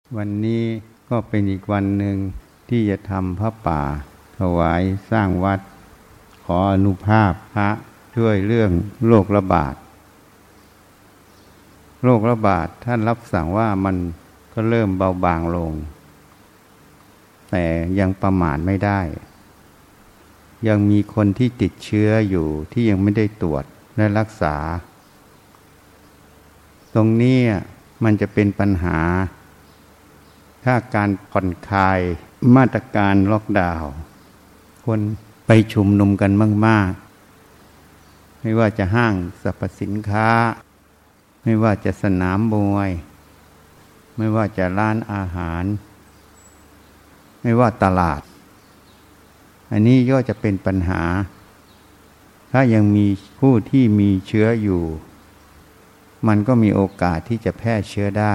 วันนี้ก็เป็นอีกวันหนึ่งที่จะทำพระป่าถวายสร้างวัดขออนุภาพพระช่วยเรื่องโรคระบาดท่านรับสั่งว่ามันก็เริ่มเบาบางลงแต่ยังประมาทไม่ได้ยังมีคนที่ติดเชื้ออยู่ที่ยังไม่ได้ตรวจและรักษาตรงนี้มันจะเป็นปัญหาถ้าการผ่อนคลายมาตรการล็อกดาวน์คนไปชุมนุมกันมากๆไม่ว่าจะห้างสรรพสินค้าไม่ว่าจะสนามมวยไม่ว่าจะร้านอาหารไม่ว่าตลาดอันนี้ก็จะเป็นปัญหาถ้ายังมีผู้ที่มีเชื้ออยู่มันก็มีโอกาสที่จะแพร่เชื้อได้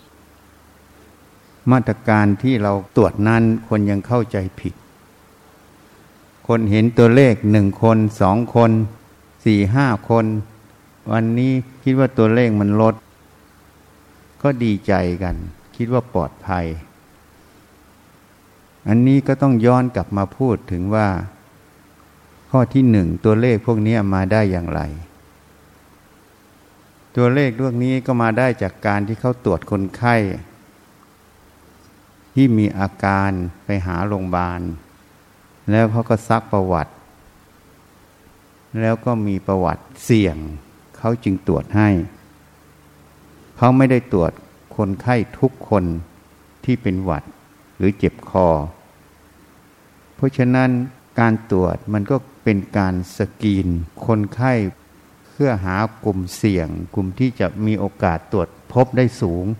มาตรการที่เราตรวจนั้นคนยังเข้าใจผิดคนเห็นตัวเลข1 คน2 คน4 5 คนวันนี้คิดว่าตัวเลขมันลดก็ดีใจกันคิดว่าปลอดภัยอันนี้ก็ต้องย้อนกลับมาพูดถึงว่าข้อที่1ตัวเลขพวกนี้มาได้อย่างไรตัวเลขพวกนี้ก็มาได้จากการที่เขาตรวจคนไข้ที่มีอาการไปหาโรงพยาบาลแล้วเขาก็ซักประวัติแล้วก็มีประวัติเสี่ยงเขาจึงตรวจให้เขาไม่ได้ตรวจคนไข้ทุกคนที่เป็นหวัดหรือเจ็บคอเพราะฉะนั้นการตรวจมันก็เป็นการสกรีนคนไข้เพื่อหากลุ่มเสี่ยงกลุ่มที่จะมีโอกาสตรวจพบได้สูง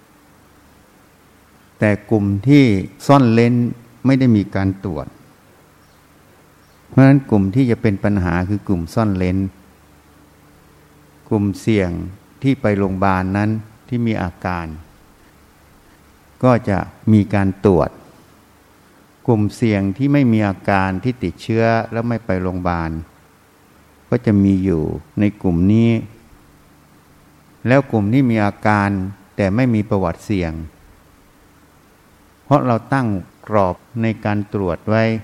แต่กลุ่มที่ซ่อนเร้นไม่ได้มีการตรวจเพราะฉะนั้นกลุ่มที่จะเป็นปัญหาคือกลุ่มซ่อนเร้นกลุ่มเสี่ยงที่ไปโรงพยาบาลนั้นที่มีอาการก็จะมีการตรวจกลุ่มเสี่ยงที่ไม่มีอาการที่ติดเชื้อแล้วไม่ไปโรงพยาบาลก็จะมีอยู่ในกลุ่มนี้แล้วกลุ่มที่มีอาการแต่ไม่มีประวัติเสี่ยงเพราะเราตั้งกรอบในการตรวจไว้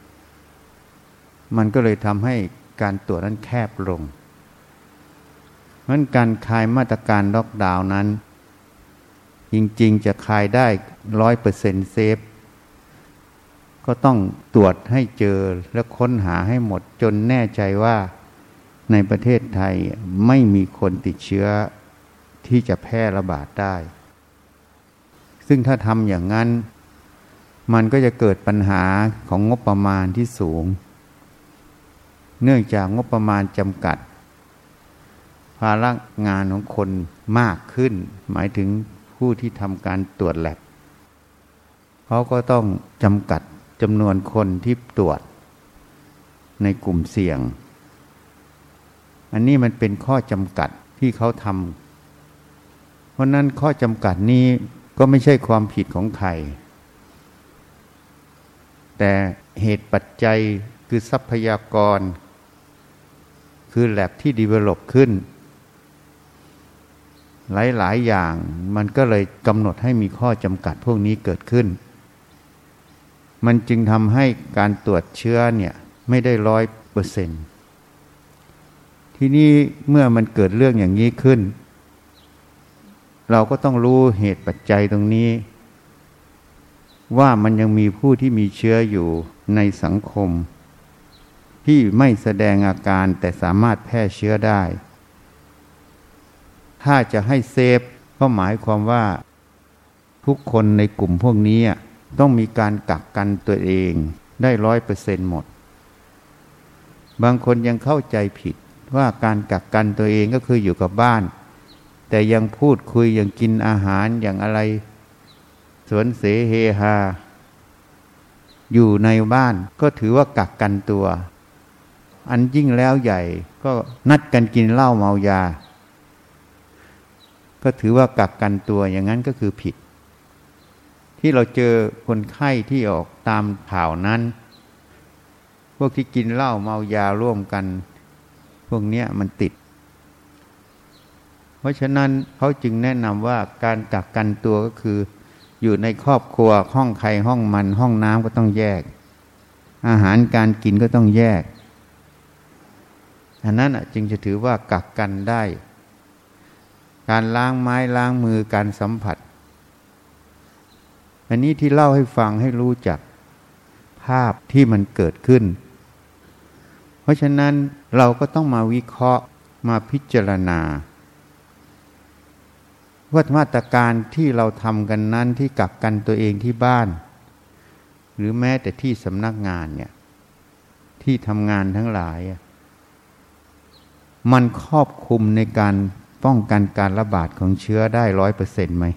มันก็เลยทำให้การตรวจนั้นแคบลงเพราะฉะนั้นการคลายมาตรการล็อกดาวน์นั้นจริงๆจะคลายได้ 100% เซฟก็ต้องตรวจให้เจอและค้นหาให้หมดจนแน่ใจว่าในประเทศไทยไม่มีคนติดเชื้อที่จะแพร่ระบาดได้ซึ่งถ้าทำอย่างนั้นมันก็จะเกิดปัญหาของงบประมาณที่สูงเนื่องจากงบประมาณจำกัดภาระงานของคนมากขึ้นหมายถึงผู้ที่ทำการตรวจแลบเขาก็ต้องจำกัดจำนวนคนที่ตรวจในกลุ่มเสี่ยงอันนี้มันเป็นข้อจำกัดที่เขาทำเพราะนั้นข้อจำกัดนี้ก็ไม่ใช่ความผิดของใครแต่เหตุปัจจัยคือทรัพยากรคือแลบที่ develop ขึ้นหลายๆอย่างมันก็เลยกำหนดให้มีข้อจำกัดพวกนี้เกิดขึ้นมันจึงทำให้การตรวจเชื้อเนี่ยไม่ได้ 100%ทีนี้เมื่อมันเกิดเรื่องอย่างนี้ขึ้นเราก็ต้องรู้เหตุปัจจัยตรงนี้ว่ามันยังมีผู้ที่มีเชื้ออยู่ในสังคมที่ไม่แสดงอาการแต่สามารถแพร่เชื้อได้ถ้าจะให้เซฟก็หมายความว่าทุกคนในกลุ่มพวกนี้ต้องมีการกักกันตัวเองได้ 100% หมดบางคนยังเข้าใจผิดว่าการกักกันตัวเองก็คืออยู่กับบ้านแต่ยังพูดคุยยังกินอาหารอย่างอะไรสวนเสเฮฮาอยู่ในบ้านก็ถือว่ากักกันตัวอันยิ่งแล้วใหญ่ก็นัดกันกินเหล้าเมายาก็ถือว่ากักกันตัวอย่างนั้นก็คือผิดที่เราเจอคนไข้ที่ออกตามข่าวนั้นพวกที่กินเหล้าเมายาร่วมกันพวกเนี้ยมันติดเพราะฉะนั้นเขาจึงแนะนำว่าการกักกันตัวก็คืออยู่ในครอบครัวห้องใครห้องมันห้องน้ำก็ต้องแยกอาหารการกินก็ต้องแยกอันนั้นจึงจะถือว่ากักกันได้การล้างไม้ล้างมือการสัมผัสอันนี้ที่เล่าให้ฟังให้รู้จักภาพที่มันเกิดขึ้นเพราะฉะนั้นเราก็ต้องมาวิเคราะห์มาพิจารณาว่ามาตรการที่เราทำกันนั้นที่กักกันตัวเองที่บ้านหรือแม้แต่ที่สำนักงานเนี่ยที่ทำงานทั้งหลายมันครอบคลุมในการป้องกันการระบาดของเชื้อได้ 100% ไหม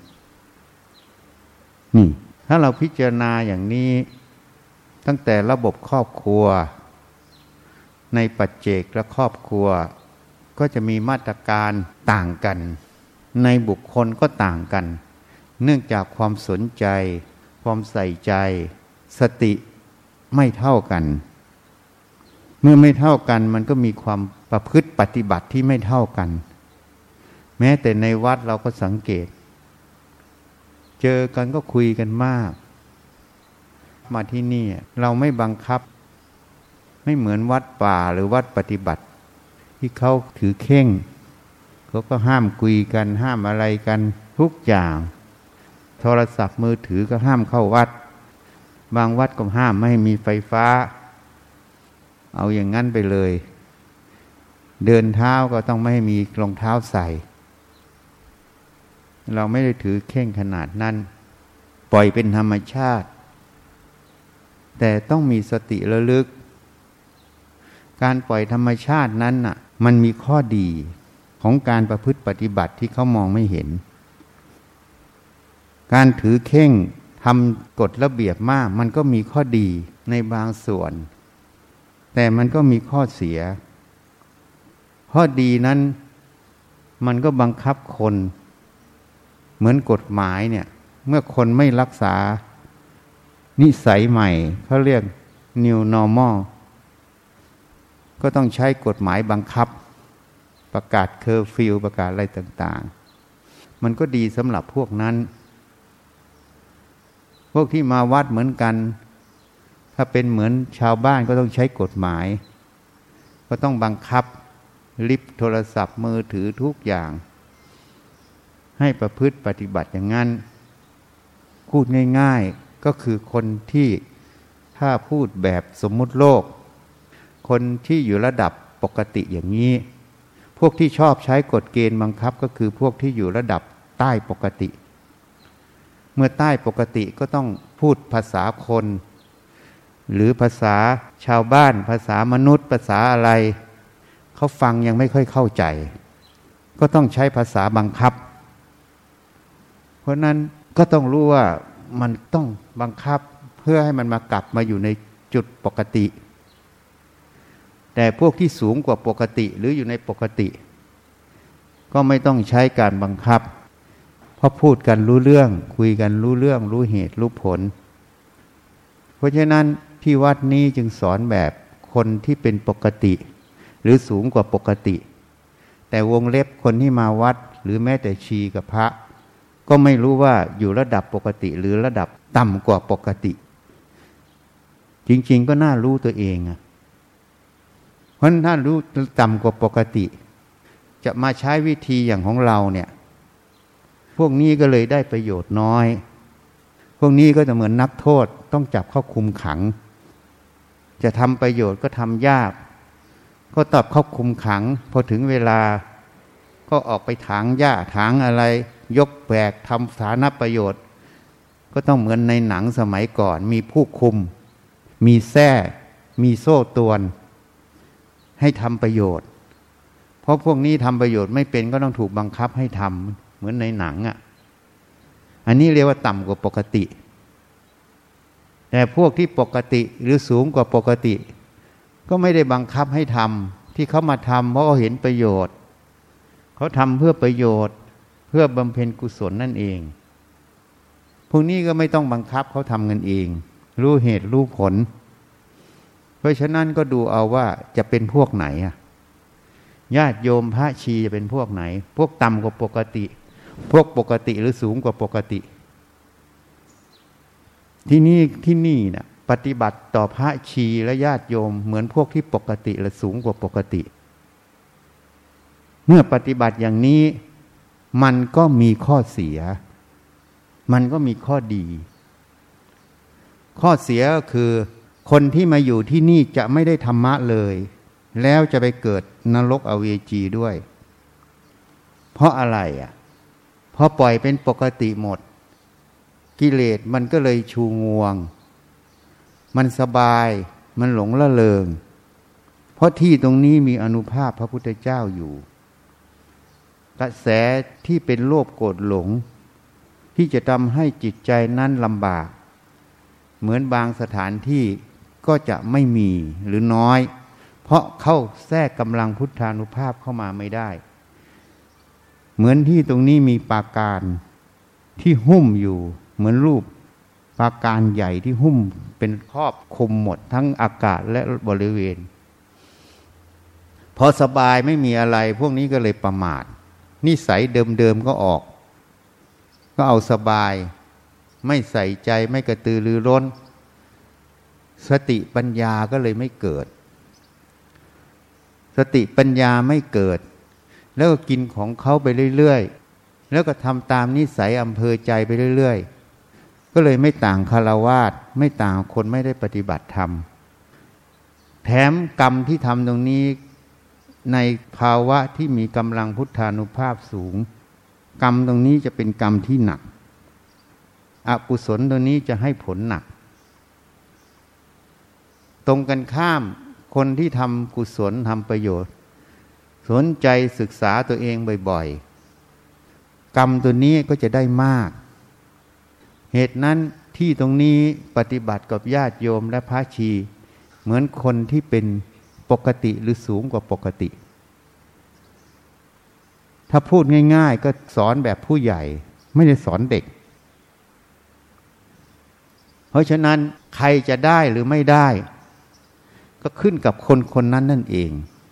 นี่ถ้าเราพิจารณาอย่างนี้ตั้งแต่ระบบครอบครัวในปัจเจกและครอบครัวก็จะมีมาตรการต่างกันในบุคคลก็ต่างกันเนื่องจากความสนใจความใส่ใจสติไม่เท่ากันเมื่อไม่เท่ากันมันก็มีความประพฤติปฏิบัติที่ไม่เท่ากันแม้แต่ในวัดเราก็สังเกตเจอกันก็คุยกันมากมาที่นี่เราไม่บังคับไม่เหมือนวัดป่าหรือวัดปฏิบัติที่เขาถือเข่งเขาก็ห้ามคุยกันห้ามอะไรกันทุกอย่างโทรศัพท์มือถือก็ห้ามเข้าวัดบางวัดก็ห้ามไม่ให้มีไฟฟ้าเอาอย่างนั้นไปเลยเดินเท้าก็ต้องไม่ให้มีรองเท้าใส่เราไม่ได้ถือเข่งขนาดนั้นปล่อยเป็นธรรมชาติแต่ต้องมีสติระลึกการปล่อยธรรมชาตินั้นน่ะมันมีข้อดีของการประพฤติปฏิบัติที่เขามองไม่เห็นการถือเข่งทำกฎระเบียบมากมันก็มีข้อดีในบางส่วนแต่มันก็มีข้อเสียข้อดีนั้นมันก็บังคับคนเหมือนกฎหมายเนี่ยเมื่อคนไม่รักษานิสัยใหม่เขาเรียก New Normal ก็ต้องใช้กฎหมายบังคับประกาศเคอร์ฟิวประกาศอะไรต่างๆมันก็ดีสำหรับพวกนั้นพวกที่มาวัดเหมือนกันถ้าเป็นเหมือนชาวบ้านก็ต้องใช้กฎหมายก็ต้องบังคับลิฟต์โทรศัพท์มือถือทุกอย่างให้ประพฤติปฏิบัติอย่างนั้นพูดง่ายๆก็คือคนที่ถ้าพูดแบบสมมุติโลกคนที่อยู่ระดับปกติอย่างนี้พวกที่ชอบใช้กฎเกณฑ์บังคับก็คือพวกที่อยู่ระดับใต้ปกติเมื่อใต้ปกติก็ต้องพูดภาษาคนหรือภาษาชาวบ้านภาษามนุษย์ภาษาอะไรเขาฟังยังไม่ค่อยเข้าใจก็ต้องใช้ภาษาบังคับเพราะนั้นก็ต้องรู้ว่ามันต้องบังคับเพื่อให้มันมากลับมาอยู่ในจุดปกติแต่พวกที่สูงกว่าปกติหรืออยู่ในปกติก็ไม่ต้องใช้การบังคับเพราะพูดกันรู้เรื่องคุยกันรู้เรื่องรู้เหตุรู้ผลเพราะฉะนั้นที่วัดนี้จึงสอนแบบคนที่เป็นปกติหรือสูงกว่าปกติแต่วงเล็บคนที่มาวัดหรือแม้แต่ชีกับพระก็ไม่รู้ว่าอยู่ระดับปกติหรือระดับต่ำกว่าปกติจริงๆก็น่ารู้ตัวเองเพราะถ้ารู้ต่ำกว่าปกติจะมาใช้วิธีอย่างของเราเนี่ยพวกนี้ก็เลยได้ประโยชน์น้อยพวกนี้ก็จะเหมือนนักโทษต้องจับเข้าคุมขังจะทำประโยชน์ก็ทำยากก็ตอบเข้าคุมขังพอถึงเวลาก็ออกไปถางหญ้าถางอะไรยกแบกทำสาธารณประโยชน์ก็ต้องเหมือนในหนังสมัยก่อนมีผู้คุมมีแส้มีโซ่ตรวนให้ทำประโยชน์เพราะพวกนี้ทำประโยชน์ไม่เป็นก็ต้องถูกบังคับให้ทำเหมือนในหนังอันนี้เรียกว่าต่ำกว่าปกติแต่พวกที่ปกติหรือสูงกว่าปกติก็ไม่ได้บังคับให้ทำที่เขามาทำเพราะเขาเห็นประโยชน์เขาทำเพื่อประโยชน์เพื่อบำเพ็ญกุศลนั่นเองพวกนี้ก็ไม่ต้องบังคับเขาทำกันเองรู้เหตุรู้ผลเพราะฉะนั้นก็ดูเอาว่าจะเป็นพวกไหนญาติโยมพระชีจะเป็นพวกไหนพวกต่ำกว่าปกติพวกปกติหรือสูงกว่าปกติที่นี่นะปฏิบัติต่อพระชีและญาติโยมเหมือนพวกที่ปกติและสูงกว่าปกติเมื่อปฏิบัติอย่างนี้มันก็มีข้อเสียมันก็มีข้อดีข้อเสียก็คือคนที่มาอยู่ที่นี่จะไม่ได้ธรรมะเลยแล้วจะไปเกิดนรกอเวจีด้วยเพราะอะไรเพราะปล่อยเป็นปกติหมดกิเลสมันก็เลยชูงวงมันสบายมันหลงละเลงเพราะที่ตรงนี้มีอานุภาพพระพุทธเจ้าอยู่กระแสที่เป็นโลภโกรธหลงที่จะทำให้จิตใจนั้นลำบากเหมือนบางสถานที่ก็จะไม่มีหรือน้อยเพราะเข้าแทรกกำลังพุทธานุภาพเข้ามาไม่ได้เหมือนที่ตรงนี้มีปราการที่หุ้มอยู่เหมือนรูปปราการใหญ่ที่หุ้มเป็นครอบคลุมหมดทั้งอากาศและบริเวณพอสบายไม่มีอะไรพวกนี้ก็เลยประมาทนิสัยเดิมๆก็ออกก็เอาสบายไม่ใส่ใจไม่กระตือรือร้นสติปัญญาก็เลยไม่เกิดสติปัญญาไม่เกิดแล้วก็กินของเขาไปเรื่อยๆแล้วก็ทำตามนิสัยอำเภอใจไปเรื่อยๆก็เลยไม่ต่างฆราวาสไม่ต่างคนไม่ได้ปฏิบัติธรรมแถมกรรมที่ทำตรงนี้ในภาวะที่มีกำลังพุทธานุภาพสูงกรรมตรงนี้จะเป็นกรรมที่หนักอกุศลตรงนี้จะให้ผลหนักตรงกันข้ามคนที่ทำกุศลทำประโยชน์สนใจศึกษาตัวเองบ่อยๆกรรมตัวนี้ก็จะได้มากเหตุนั้นที่ตรงนี้ปฏิบัติกับญาติโยมและพระชีเหมือนคนที่เป็นปกติหรือสูงกว่าปกติถ้าพูดง่ายๆก็สอนแบบผู้ใหญ่ไม่ได้สอนเด็กเพราะฉะนั้นใครจะได้หรือไม่ได้ก็ขึ้นกับคนคนนั้นนั่นเอง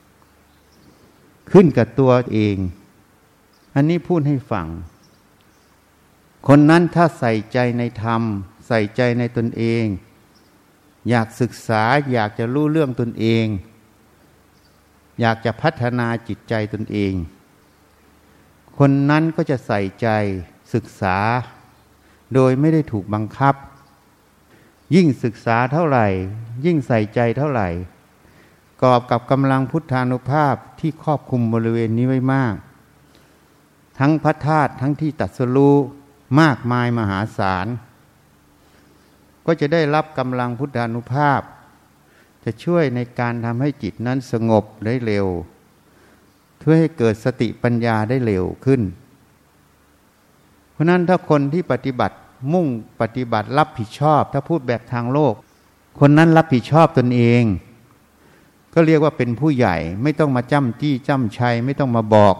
ขึ้นกับตัวเองอันนี้พูดให้ฟังคนนั้นถ้าใส่ใจในธรรมใส่ใจในตนเองอยากศึกษาอยากจะรู้เรื่องตนเองอยากจะพัฒนาจิตใจตนเองคนนั้นก็จะใส่ใจศึกษาโดยไม่ได้ถูกบังคับยิ่งศึกษาเท่าไหร่ยิ่งใส่ใจเท่าไหร่กอบกับกำลังพุทธานุภาพที่ครอบคลุมบริเวณนี้ไว้มากทั้งพระธาตุทั้งที่ตรัสรู้มากมายมหาศาลก็จะได้รับกำลังพุทธานุภาพจะช่วยในการทำให้จิตนั้นสงบได้เร็วเพื่อให้เกิดสติปัญญาได้เร็วขึ้นเพราะนั้นถ้าคนที่ปฏิบัติมุ่งปฏิบัติรับผิดชอบถ้าพูดแบบทางโลกคนนั้นรับผิดชอบตนเองก็เรียกว่าเป็นผู้ใหญ่ไม่ต้องมาจ้ำจี้จ้ำชัยไม่ต้องมาบอก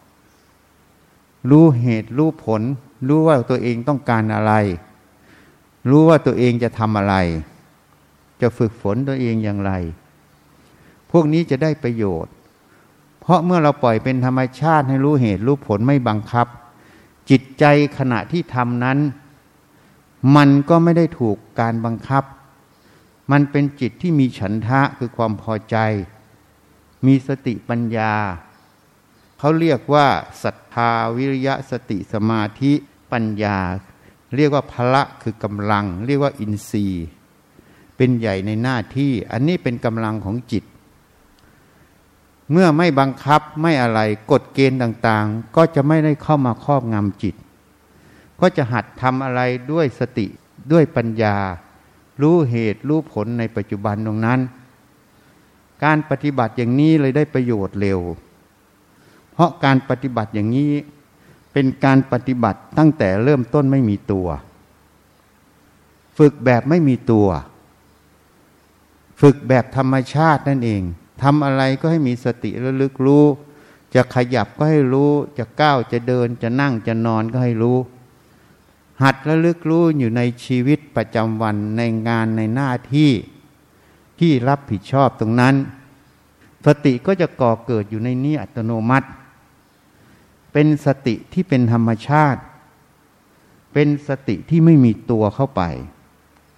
รู้เหตุรู้ผลรู้ว่าตัวเองต้องการอะไรรู้ว่าตัวเองจะทำอะไรจะฝึกฝนตัวเองอย่างไรพวกนี้จะได้ประโยชน์เพราะเมื่อเราปล่อยเป็นธรรมชาติให้รู้เหตุรู้ผลไม่บังคับจิตใจขณะที่ทำนั้นมันก็ไม่ได้ถูกการบังคับมันเป็นจิตที่มีฉันทะคือความพอใจมีสติปัญญาเขาเรียกว่าศรัทธาวิริยะสติสมาธิปัญญาเรียกว่าพละคือกำลังเรียกว่าอินทรีย์เป็นใหญ่ในหน้าที่อันนี้เป็นกำลังของจิตเมื่อไม่บังคับไม่อะไรกฎเกณฑ์ต่างๆก็จะไม่ได้เข้ามาครอบงำจิตก็จะหัดทำอะไรด้วยสติด้วยปัญญารู้เหตุรู้ผลในปัจจุบันตรงนั้นการปฏิบัติอย่างนี้เลยได้ประโยชน์เร็วเพราะการปฏิบัติอย่างนี้เป็นการปฏิบัติตั้งแต่เริ่มต้นไม่มีตัวฝึกแบบไม่มีตัวฝึกแบบธรรมชาตินั่นเองทำอะไรก็ให้มีสติระลึกรู้จะขยับก็ให้รู้จะก้าวจะเดินจะนั่งจะนอนก็ให้รู้หัดระลึกรู้อยู่ในชีวิตประจำวันในงานในหน้าที่ที่รับผิดชอบตรงนั้นสติก็จะก่อเกิดอยู่ในนี้อัตโนมัติเป็นสติที่เป็นธรรมชาติเป็นสติที่ไม่มีตัวเข้าไป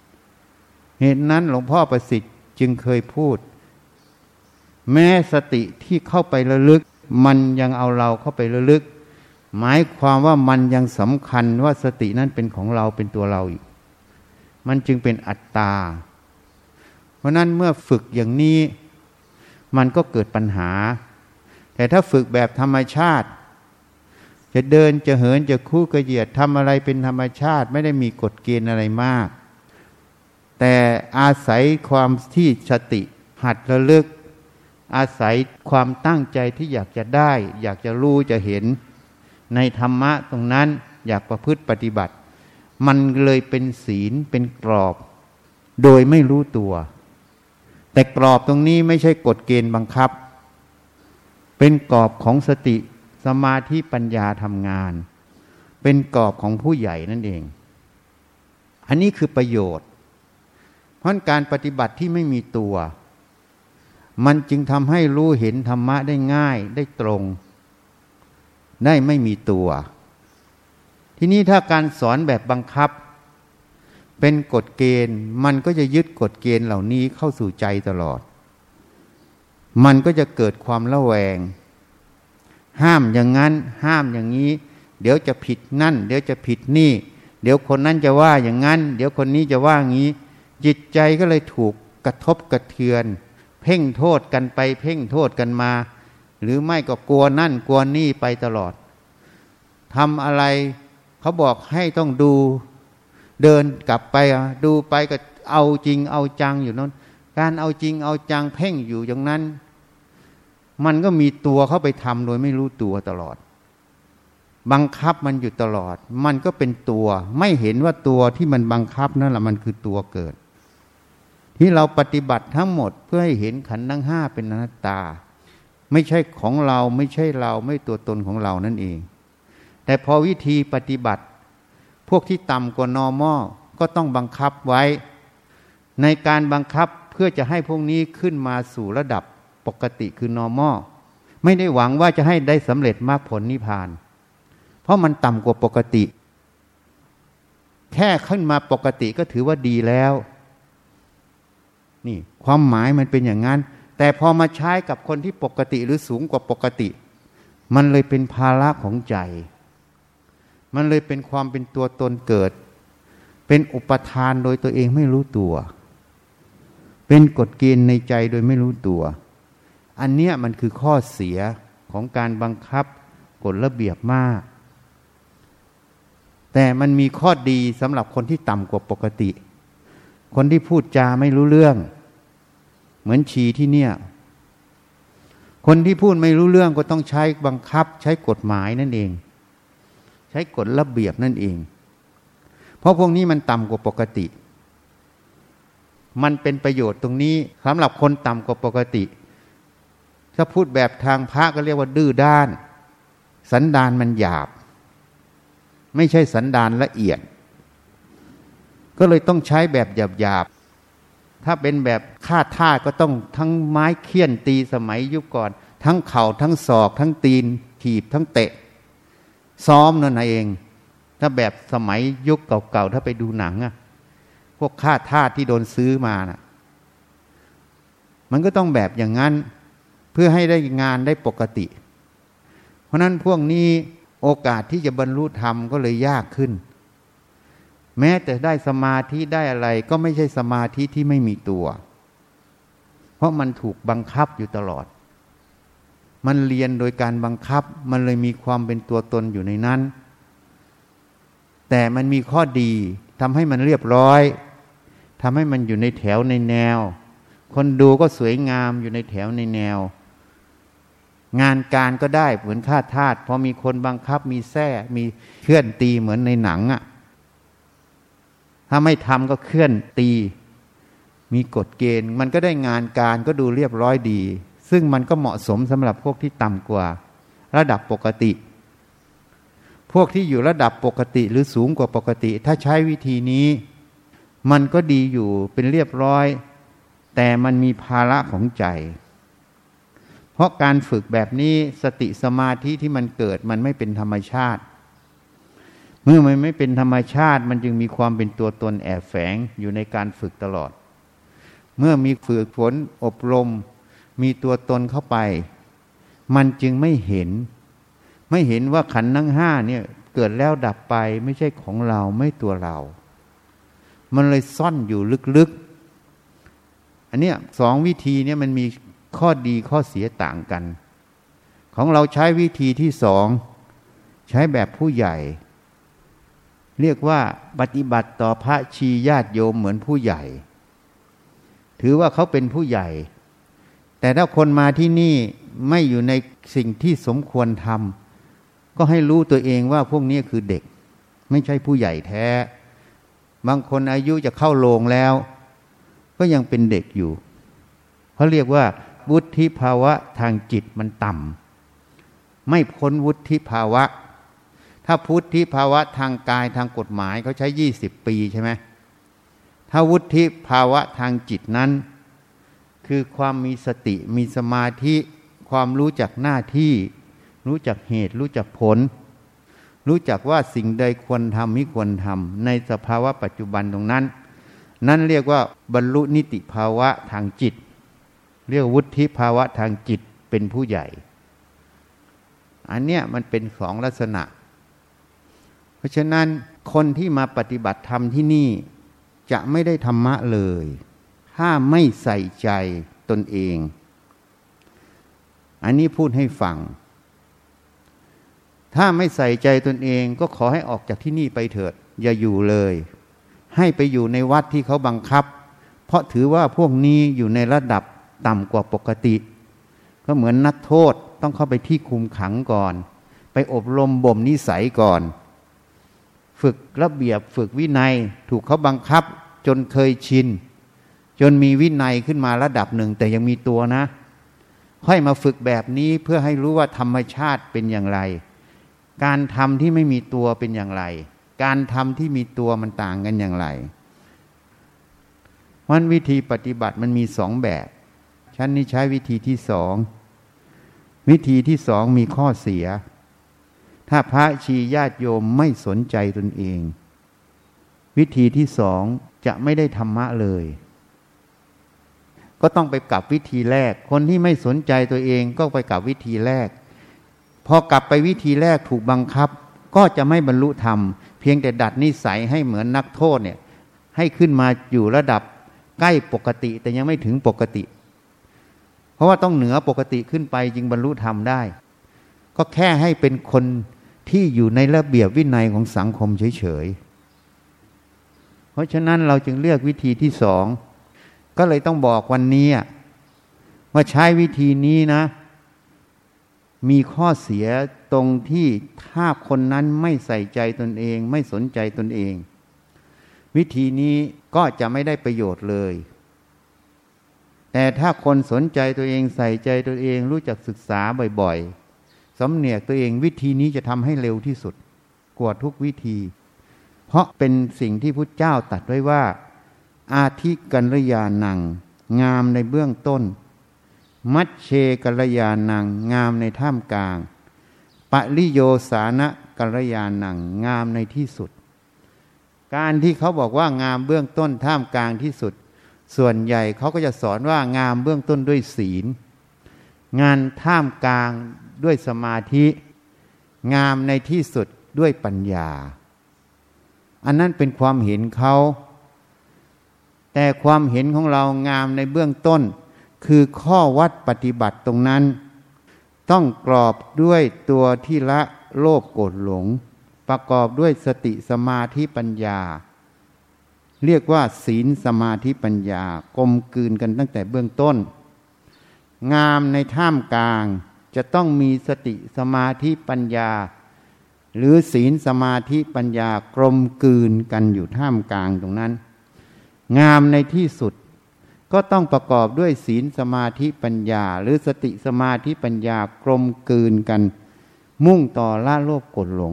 เหตุนั้นหลวงพ่อประสิทธิ์จึงเคยพูดแม้สติที่เข้าไประลึกมันยังเอาเราเข้าไประลึกหมายความว่ามันยังสำคัญว่าสตินั้นเป็นของเราเป็นตัวเราอีกมันจึงเป็นอัตตาเพราะนั้นเมื่อฝึกอย่างนี้มันก็เกิดปัญหาแต่ถ้าฝึกแบบธรรมชาติจะเดินจะเหินจะคู่กระเหยียดทำอะไรเป็นธรรมชาติไม่ได้มีกฎเกณฑ์อะไรมากแต่อาศัยความที่สติหัดระลึกอาศัยความตั้งใจที่อยากจะได้อยากจะรู้จะเห็นในธรรมะตรงนั้นอยากประพฤติปฏิบัติมันเลยเป็นศีลเป็นกรอบโดยไม่รู้ตัวแต่กรอบตรงนี้ไม่ใช่กฎเกณฑ์บังคับเป็นกรอบของสติสมาธิปัญญาทำงานเป็นกรอบของผู้ใหญ่นั่นเองอันนี้คือประโยชน์เพราะการปฏิบัติที่ไม่มีตัวมันจึงทำให้รู้เห็นธรรมะได้ง่ายได้ตรงได้ไม่มีตัวทีนี้ถ้าการสอนแบบบังคับเป็นกฎเกณฑ์มันก็จะยึดกฎเกณฑ์เหล่านี้เข้าสู่ใจตลอดมันก็จะเกิดความระแวงห้ามอย่างนั้นห้ามอย่างนี้เดี๋ยวจะผิดนั่นเดี๋ยวจะผิดนี่เดี๋ยวคนนั้นจะว่าอย่างนั้นเดี๋ยวคนนี้จะว่าอย่างนี้จิตใจก็เลยถูกกระทบกระเทือนเพ่งโทษกันไปเพ่งโทษกันมาหรือไม่ก็กลัวนั่นกลัวนี่ไปตลอดทำอะไรเขาบอกให้ต้องดูเดินกลับไปดูไปก็เอาจริงเอาจังอยู่นั้นการเอาจริงเอาจังเพ่งอยู่อย่างนั้นมันก็มีตัวเข้าไปทำโดยไม่รู้ตัวตลอดบังคับมันอยู่ตลอดมันก็เป็นตัวไม่เห็นว่าตัวที่มันบังคับนั่นแหละมันคือตัวเกิดที่เราปฏิบัติทั้งหมดเพื่อให้เห็นขันธ์ทั้งห้าเป็นอนัตตาไม่ใช่ของเราไม่ใช่เราไม่ตัวตนของเรานั่นเองแต่พอวิธีปฏิบัติพวกที่ต่ำกว่า normal ก็ต้องบังคับไว้ในการบังคับเพื่อจะให้พวกนี้ขึ้นมาสู่ระดับปกติคือ normal ไม่ได้หวังว่าจะให้ได้สำเร็จมรรคผลนิพพานเพราะมันต่ำกว่าปกติแค่ขึ้นมาปกติก็ถือว่าดีแล้วนี่ความหมายมันเป็นอย่างนั้นแต่พอมาใช้กับคนที่ปกติหรือสูงกว่าปกติมันเลยเป็นภาระของใจมันเลยเป็นความเป็นตัวตนเกิดเป็นอุปทานโดยตัวเองไม่รู้ตัวเป็นกฎเกณฑ์ในใจโดยไม่รู้ตัวอันเนี้ยมันคือข้อเสียของการบังคับกฎระเบียบมากแต่มันมีข้อดีสำหรับคนที่ต่ำกว่าปกติคนที่พูดจาไม่รู้เรื่องเหมือนชีที่เนี่ยคนที่พูดไม่รู้เรื่องก็ต้องใช้บังคับใช้กฎหมายนั่นเองใช้กฎระเบียบนั่นเองเพราะพวกนี้มันต่ำกว่าปกติมันเป็นประโยชน์ตรงนี้สำหรับคนต่ำกว่าปกติถ้าพูดแบบทางพระก็เรียกว่าดื้อด้านสันดานมันหยาบไม่ใช่สันดานละเอียดก็เลยต้องใช้แบบหยาบๆถ้าเป็นแบบฆ่าท่าก็ต้องทั้งไม้เคี่ยนตีสมัยยุคก่อนทั้งเข่าทั้งศอกทั้งตีนถีบทั้งเตะซ้อมนั่นเองถ้าแบบสมัยยุคเก่าๆถ้าไปดูหนังอะพวกฆ่าท่าที่โดนซื้อมาน่ะมันก็ต้องแบบอย่างนั้นเพื่อให้ได้งานได้ปกติเพราะนั้นพวกนี้โอกาสที่จะบรรลุธรรมก็เลยยากขึ้นแม้แต่ได้สมาธิได้อะไรก็ไม่ใช่สมาธิที่ไม่มีตัวเพราะมันถูกบังคับอยู่ตลอดมันเรียนโดยการบังคับมันเลยมีความเป็นตัวตนอยู่ในนั้นแต่มันมีข้อดีทำให้มันเรียบร้อยทำให้มันอยู่ในแถวในแนวคนดูก็สวยงามอยู่ในแถวในแนวงานการก็ได้เหมือนฆ่าทาสพอมีคนบังคับมีแส้มีเคลื่อนตีเหมือนในหนังอ่ะถ้าไม่ทำก็เคลื่อนตีมีกฎเกณฑ์มันก็ได้งานการก็ดูเรียบร้อยดีซึ่งมันก็เหมาะสมสำหรับพวกที่ต่ำกว่าระดับปกติพวกที่อยู่ระดับปกติหรือสูงกว่าปกติถ้าใช้วิธีนี้มันก็ดีอยู่เป็นเรียบร้อยแต่มันมีภาระของใจเพราะการฝึกแบบนี้สติสมาธิที่มันเกิดมันไม่เป็นธรรมชาติเมื่อมันไม่เป็นธรรมชาติมันจึงมีความเป็นตัวตนแอบแฝงอยู่ในการฝึกตลอดเมื่อมีฝึกฝนอบรมมีตัวตนเข้าไปมันจึงไม่เห็นว่าขันธ์ทั้งห้าเนี่ยเกิดแล้วดับไปไม่ใช่ของเราไม่ตัวเรามันเลยซ่อนอยู่ลึกๆอันเนี้ยสองวิธีเนี่ยมันมีข้อดีข้อเสียต่างกันของเราใช้วิธีที่สองใช้แบบผู้ใหญ่เรียกว่าปฏิบัติต่อพระชีญาติโยมเหมือนผู้ใหญ่ถือว่าเขาเป็นผู้ใหญ่แต่ถ้าคนมาที่นี่ไม่อยู่ในสิ่งที่สมควรทำก็ให้รู้ตัวเองว่าพวกนี้คือเด็กไม่ใช่ผู้ใหญ่แท้บางคนอายุจะเข้าโรงแล้วก็ยังเป็นเด็กอยู่เพราะเรียกว่าวุฒิภาวะทางจิตมันต่ำไม่พ้นวุฒิภาวะถ้าวุฒิภาวะทางกายทางกฎหมายเขาใช้20 ปีใช่ไหมถ้าวุฒิภาวะทางจิตนั้นคือความมีสติมีสมาธิความรู้จักหน้าที่รู้จักเหตุรู้จักผลรู้จักว่าสิ่งใดควรทำไม่ควรทำในสภาวะปัจจุบันตรงนั้นนั่นเรียกว่าบรรลุนิติภาวะทางจิตเรียกวุฒิภาวะทางจิตเป็นผู้ใหญ่อันเนี้ยมันเป็นสองลักษณะเพราะฉะนั้นคนที่มาปฏิบัติธรรมที่นี่จะไม่ได้ธรรมะเลยถ้าไม่ใส่ใจตนเองอันนี้พูดให้ฟังถ้าไม่ใส่ใจตนเองก็ขอให้ออกจากที่นี่ไปเถิดอย่าอยู่เลยให้ไปอยู่ในวัดที่เขาบังคับเพราะถือว่าพวกนี้อยู่ในระดับต่ำกว่าปกติก็เหมือนนักโทษต้องเข้าไปที่คุมขังก่อนไปอบรมบ่มนิสัยก่อนฝึกระเบียบฝึกวินัยถูกเขาบังคับจนเคยชินจนมีวินัยขึ้นมาระดับหนึ่งแต่ยังมีตัวนะค่อยมาฝึกแบบนี้เพื่อให้รู้ว่าธรรมชาติเป็นอย่างไรการทำที่ไม่มีตัวเป็นอย่างไรการทำที่มีตัวมันต่างกันอย่างไรวันวิธีปฏิบัติมันมีสองแบบฉันนี่ใช้วิธีที่สองวิธีที่สองมีข้อเสียถ้าพระชีญาติโยมไม่สนใจตนเองวิธีที่สองจะไม่ได้ธรรมะเลยก็ต้องไปกลับวิธีแรกคนที่ไม่สนใจตัวเองก็ไปกลับวิธีแรกพอกลับไปวิธีแรกถูกบังคับก็จะไม่บรรลุธรรมเพียงแต่ดัดนิสัยให้เหมือนนักโทษเนี่ยให้ขึ้นมาอยู่ระดับใกล้ปกติแต่ยังไม่ถึงปกติเพราะว่าต้องเหนือปกติขึ้นไปจึงบรรลุธรรมได้ก็แค่ให้เป็นคนที่อยู่ในระเบียบวินัยของสังคมเฉยๆเพราะฉะนั้นเราจึงเลือกวิธีที่สองก็เลยต้องบอกวันนี้ว่าใช้วิธีนี้นะมีข้อเสียตรงที่ถ้าคนนั้นไม่ใส่ใจตนเองไม่สนใจตนเองวิธีนี้ก็จะไม่ได้ประโยชน์เลยแต่ถ้าคนสนใจตัวเองใส่ใจตัวเองรู้จักศึกษาบ่อยๆสำเนียกตัวเองวิธีนี้จะทำให้เร็วที่สุดกว่าทุกวิธีเพราะเป็นสิ่งที่พุทธเจ้าตรัสไว้ว่าอาทิกัลยาณังงามในเบื้องต้นมัชเชกัลยาณังงามในท่ามกลางปริโยสานะกัลยาณังงามในที่สุดการที่เขาบอกว่างามเบื้องต้นท่ามกลางที่สุดส่วนใหญ่เขาก็จะสอนว่างามเบื้องต้นด้วยศีลงานท่ามกลางด้วยสมาธิงามในที่สุดด้วยปัญญาอันนั้นเป็นความเห็นเขาแต่ความเห็นของเรางามในเบื้องต้นคือข้อวัดปฏิบัติตรงนั้นต้องกรอบด้วยตัวที่ละโลภโกรธหลงประกอบด้วยสติสมาธิปัญญาเรียกว่าศีลสมาธิปัญญากลมกลืนกันตั้งแต่เบื้องต้นงามในท่ามกลางจะต้องมีสติสมาธิปัญญาหรือศีลสมาธิปัญญากลมกลืนกันอยู่ท่ามกลางตรงนั้นงามในที่สุดก็ต้องประกอบด้วยศีลสมาธิปัญญาหรือสติสมาธิปัญญากลมกลืนกันมุ่งต่อละโลภโกรธหลง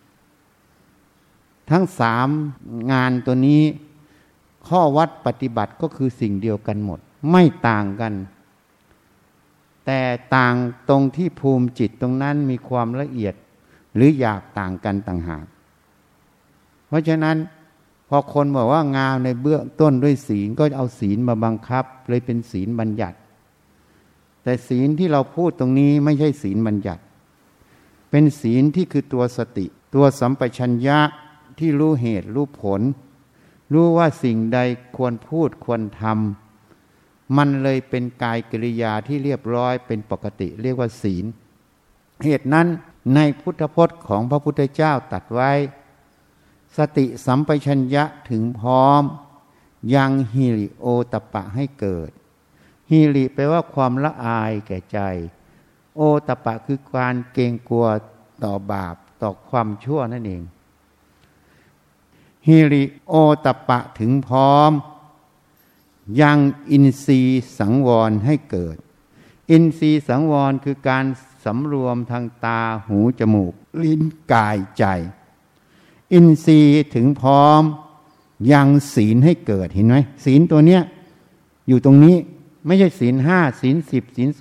ทั้งสามงานตัวนี้ข้อวัดปฏิบัติก็คือสิ่งเดียวกันหมดไม่ต่างกันแต่ต่างตรงที่ภูมิจิตตรงนั้นมีความละเอียดหรืออยากต่างกันต่างหากเพราะฉะนั้นพอคนบอกว่างามในเบื้องต้นด้วยศีลก็เอาศีลมาบังคับเลยเป็นศีลบัญญัติแต่ศีลที่เราพูดตรงนี้ไม่ใช่ศีลบัญญัติเป็นศีลที่คือตัวสติตัวสัมปชัญญะที่รู้เหตุรู้ผลรู้ว่าสิ่งใดควรพูดควรทำมันเลยเป็นกายกิริยาที่เรียบร้อยเป็นปกติเรียกว่าศีลเหตุนั้นในพุทธพจน์ของพระพุทธเจ้าตรัสไว้สติสัมปชัญญะถึงพร้อมยังหิริโอตตัปปะให้เกิดหิริแปลว่าความละอายแก่ใจโอตตัปปะคือการเกรงกลัวต่อบาปต่อความชั่วนั่นเองหิริโอตตัปปะถึงพร้อมยังอินทรีย์สังวรให้เกิดอินทรีย์สังวรคือการสำรวมทางตาหูจมูกลิ้นกายใจอินทรีย์ถึงพร้อมยังศีลให้เกิดเห็นไหมศีลตัวเนี้ยอยู่ตรงนี้ไม่ใช่ศีล5ศีล10ศีล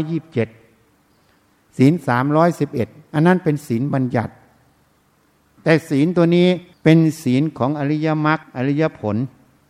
227ศีล311อันนั้นเป็นศีลบัญญัติแต่ศีลตัวนี้เป็นศีลของอริยมรรคอริยผล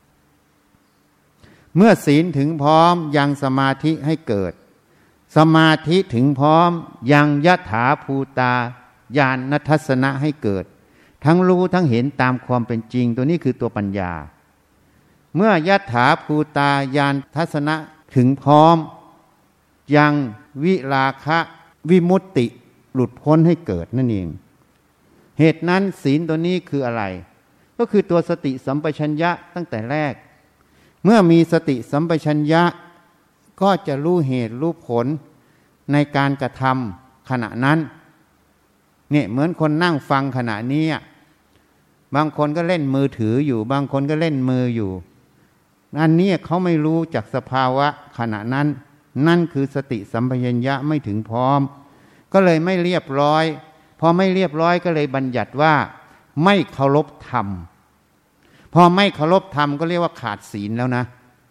เมื่อศีลถึงพร้อมยังสมาธิให้เกิดสมาธิถึงพร้อมยังยถาภูตาญาณทัศนะให้เกิดทั้งรู้ทั้งเห็นตามความเป็นจริงตัวนี้คือตัวปัญญาเมื่อยถาภูตาญาณทัศนะถึงพร้อมยังวิราคะวิมุตติหลุดพ้นให้เกิดนั่นเองเหตุนั้นศีลตัวนี้คืออะไรก็คือตัวสติสัมปชัญญะตั้งแต่แรกเมื่อมีสติสัมปชัญญะก็จะรู้เหตุรู้ผลในการกระทำขณะนั้นเนี่ยเหมือนคนนั่งฟังขณะนี้บางคนก็เล่นมือถืออยู่บางคนก็เล่นมืออยู่อันนี้เขาไม่รู้จากสภาวะขณะนั้นนั่นคือสติสัมปชัญญะไม่ถึงพร้อมก็เลยไม่เรียบร้อยพอไม่เรียบร้อยก็เลยบัญญัติว่าไม่เคารพธรรมพอไม่เคารพธรรมก็เรียกว่าขาดศีลแล้วนะ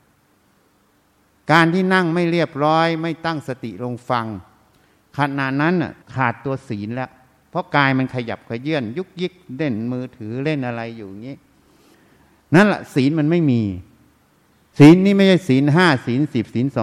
การที่นั่งไม่เรียบร้อยไม่ตั้งสติลงฟังขณะนั้นขาดตัวศีลแล้วเพราะกายมันขยับขยื่นยุกยิกเล่นมือถือเล่นอะไรอยู่อย่างนี้นั่นแหละศีลมันไม่มีศีลนี่ไม่ใช่ศีล5ศีล10ศีล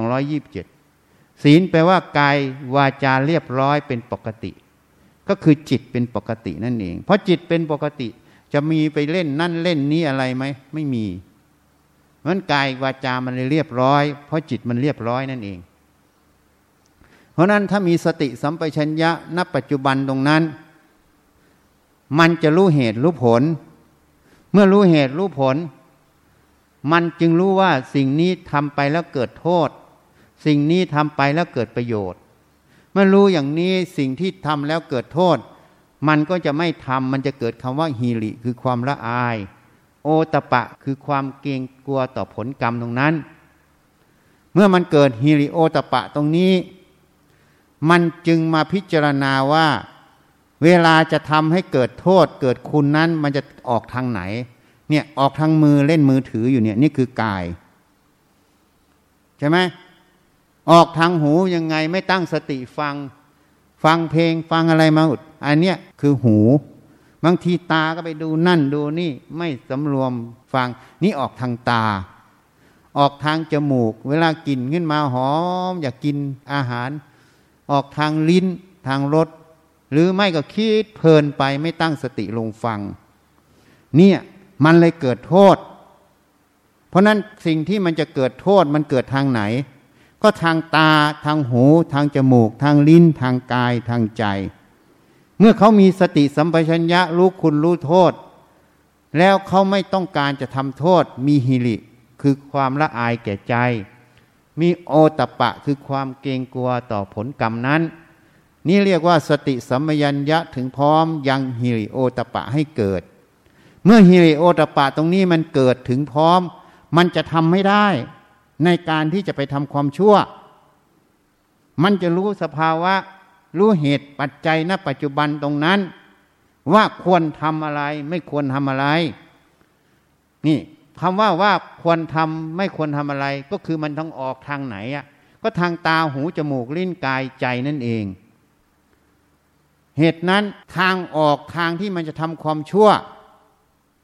227ศีลแปลว่ากายวาจาเรียบร้อยเป็นปกติก็คือจิตเป็นปกตินั่นเองเพราะจิตเป็นปกติจะมีไปเล่นนั่นเล่นนี้อะไรไหมไม่มีเพราะฉะนั้นกายวาจามันเลยเรียบร้อยเพราะจิตมันเรียบร้อยนั่นเองเพราะนั้นถ้ามีสติสัมปชัญญะณปัจจุบันตรงนั้นมันจะรู้เหตุรู้ผลเมื่อรู้เหตุรู้ผลมันจึงรู้ว่าสิ่งนี้ทำไปแล้วเกิดโทษสิ่งนี้ทำไปแล้วเกิดประโยชน์เมื่อรู้อย่างนี้สิ่งที่ทำแล้วเกิดโทษมันก็จะไม่ทำมันจะเกิดคำว่าหิริคือความละอายโอตตัปปะคือความเกรงกลัวต่อผลกรรมตรงนั้นเมื่อมันเกิดหิริโอตตัปปะตรงนี้มันจึงมาพิจารณาว่าเวลาจะทำให้เกิดโทษเกิดคุณนั้นมันจะออกทางไหนเนี่ยออกทางมือเล่นมือถืออยู่เนี่ยนี่คือกายใช่ไหมออกทางหูยังไงไม่ตั้งสติฟังเพลงฟังอะไรมาอันเนี้ยคือหูบางทีตาก็ไปดูนั่นดูนี่ไม่สำรวมฟังนี่ออกทางตาออกทางจมูกเวลากินขึ้นมาหอมอยากกินอาหารออกทางลิ้นทางรสหรือไม่ก็คิดเพลินไปไม่ตั้งสติลงฟังเนี่ยมันเลยเกิดโทษเพราะนั้นสิ่งที่มันจะเกิดโทษมันเกิดทางไหนก็ทางตาทางหูทางจมูกทางลิ้นทางกายทางใจเมื่อเขามีสติสัมปชัญญะรู้คุณรู้โทษแล้วเขาไม่ต้องการจะทำโทษมีหิริคือความละอายแก่ใจมีโอตตัปปะคือความเกรงกลัวต่อผลกรรมนั้นนี่เรียกว่าสติสัมปชัญญะถึงพร้อมยังหิริโอตตัปปะให้เกิดเมื่อหิริโอตตัปปะตรงนี้มันเกิดถึงพร้อมมันจะทำไม่ได้ในการที่จะไปทำความชั่วมันจะรู้สภาวะรู้เหตุปัจจัยณปัจจุบันตรงนั้นว่าควรทำอะไรไม่ควรทำอะไรนี่คำว่าควรทำไม่ควรทำอะไรก็คือมันต้องออกทางไหนก็ทางตาหูจมูกลิ้นกายใจนั่นเองเหตุนั้นทางออกทางที่มันจะทำความชั่ว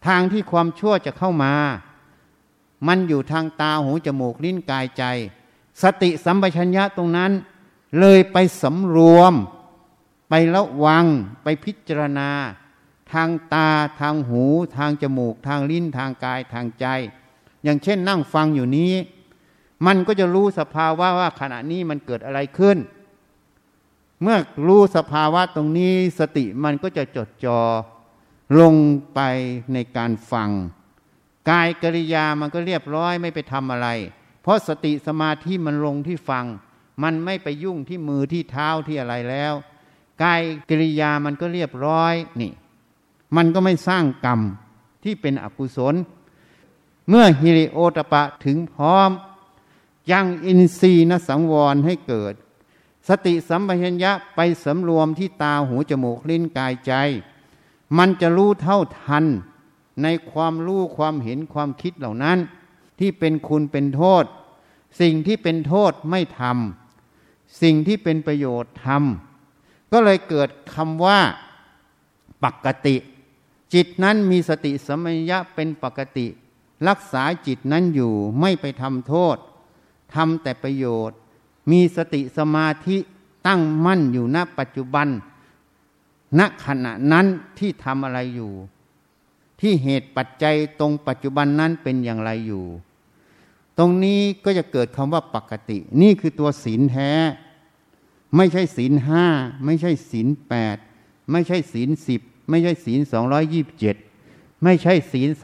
ทางที่ความชั่วจะเข้ามามันอยู่ทางตาหูจมูกลิ้นกายใจสติสัมปชัญญะตรงนั้นเลยไปสำรวมไประวังไปพิจารณาทางตาทางหูทางจมูกทางลิ้นทางกายทางใจอย่างเช่นนั่งฟังอยู่นี้มันก็จะรู้สภาวะว่าขณะนี้มันเกิดอะไรขึ้นเมื่อรู้สภาวะตรงนี้สติมันก็จะจดจ่อลงไปในการฟังกายกริยามันก็เรียบร้อยไม่ไปทำอะไรเพราะสติสมาธิมันลงที่ฟังมันไม่ไปยุ่งที่มือที่เท้าที่อะไรแล้วกายกริยามันก็เรียบร้อยนี่มันก็ไม่สร้างกรรมที่เป็นอกุศลเมื่อฮิริโอตปะถึงพร้อมยังอินทรีย์นสังวรให้เกิดสติสัมปชัญญะไปสำรวมที่ตาหูจมูกลิ้นกายใจมันจะรู้เท่าทันในความรู้ความเห็นความคิดเหล่านั้นที่เป็นคุณเป็นโทษสิ่งที่เป็นโทษไม่ทำสิ่งที่เป็นประโยชน์ทำก็เลยเกิดคำว่าปกติจิตนั้นมีสติสัมปชัญญะเป็นปกติรักษาจิตนั้นอยู่ไม่ไปทำโทษทำแต่ประโยชน์มีสติสมาธิตั้งมั่นอยู่ณปัจจุบันณขณะนั้นที่ทำอะไรอยู่ที่เหตุปัจจัยตรงปัจจุบันนั้นเป็นอย่างไรอยู่ตรงนี้ก็จะเกิดคำว่าปกตินี่คือตัวศีลแท้ไม่ใช่ศีล5ไม่ใช่ศีล8ไม่ใช่ศีล10ไม่ใช่ศีล227ไม่ใช่ศีล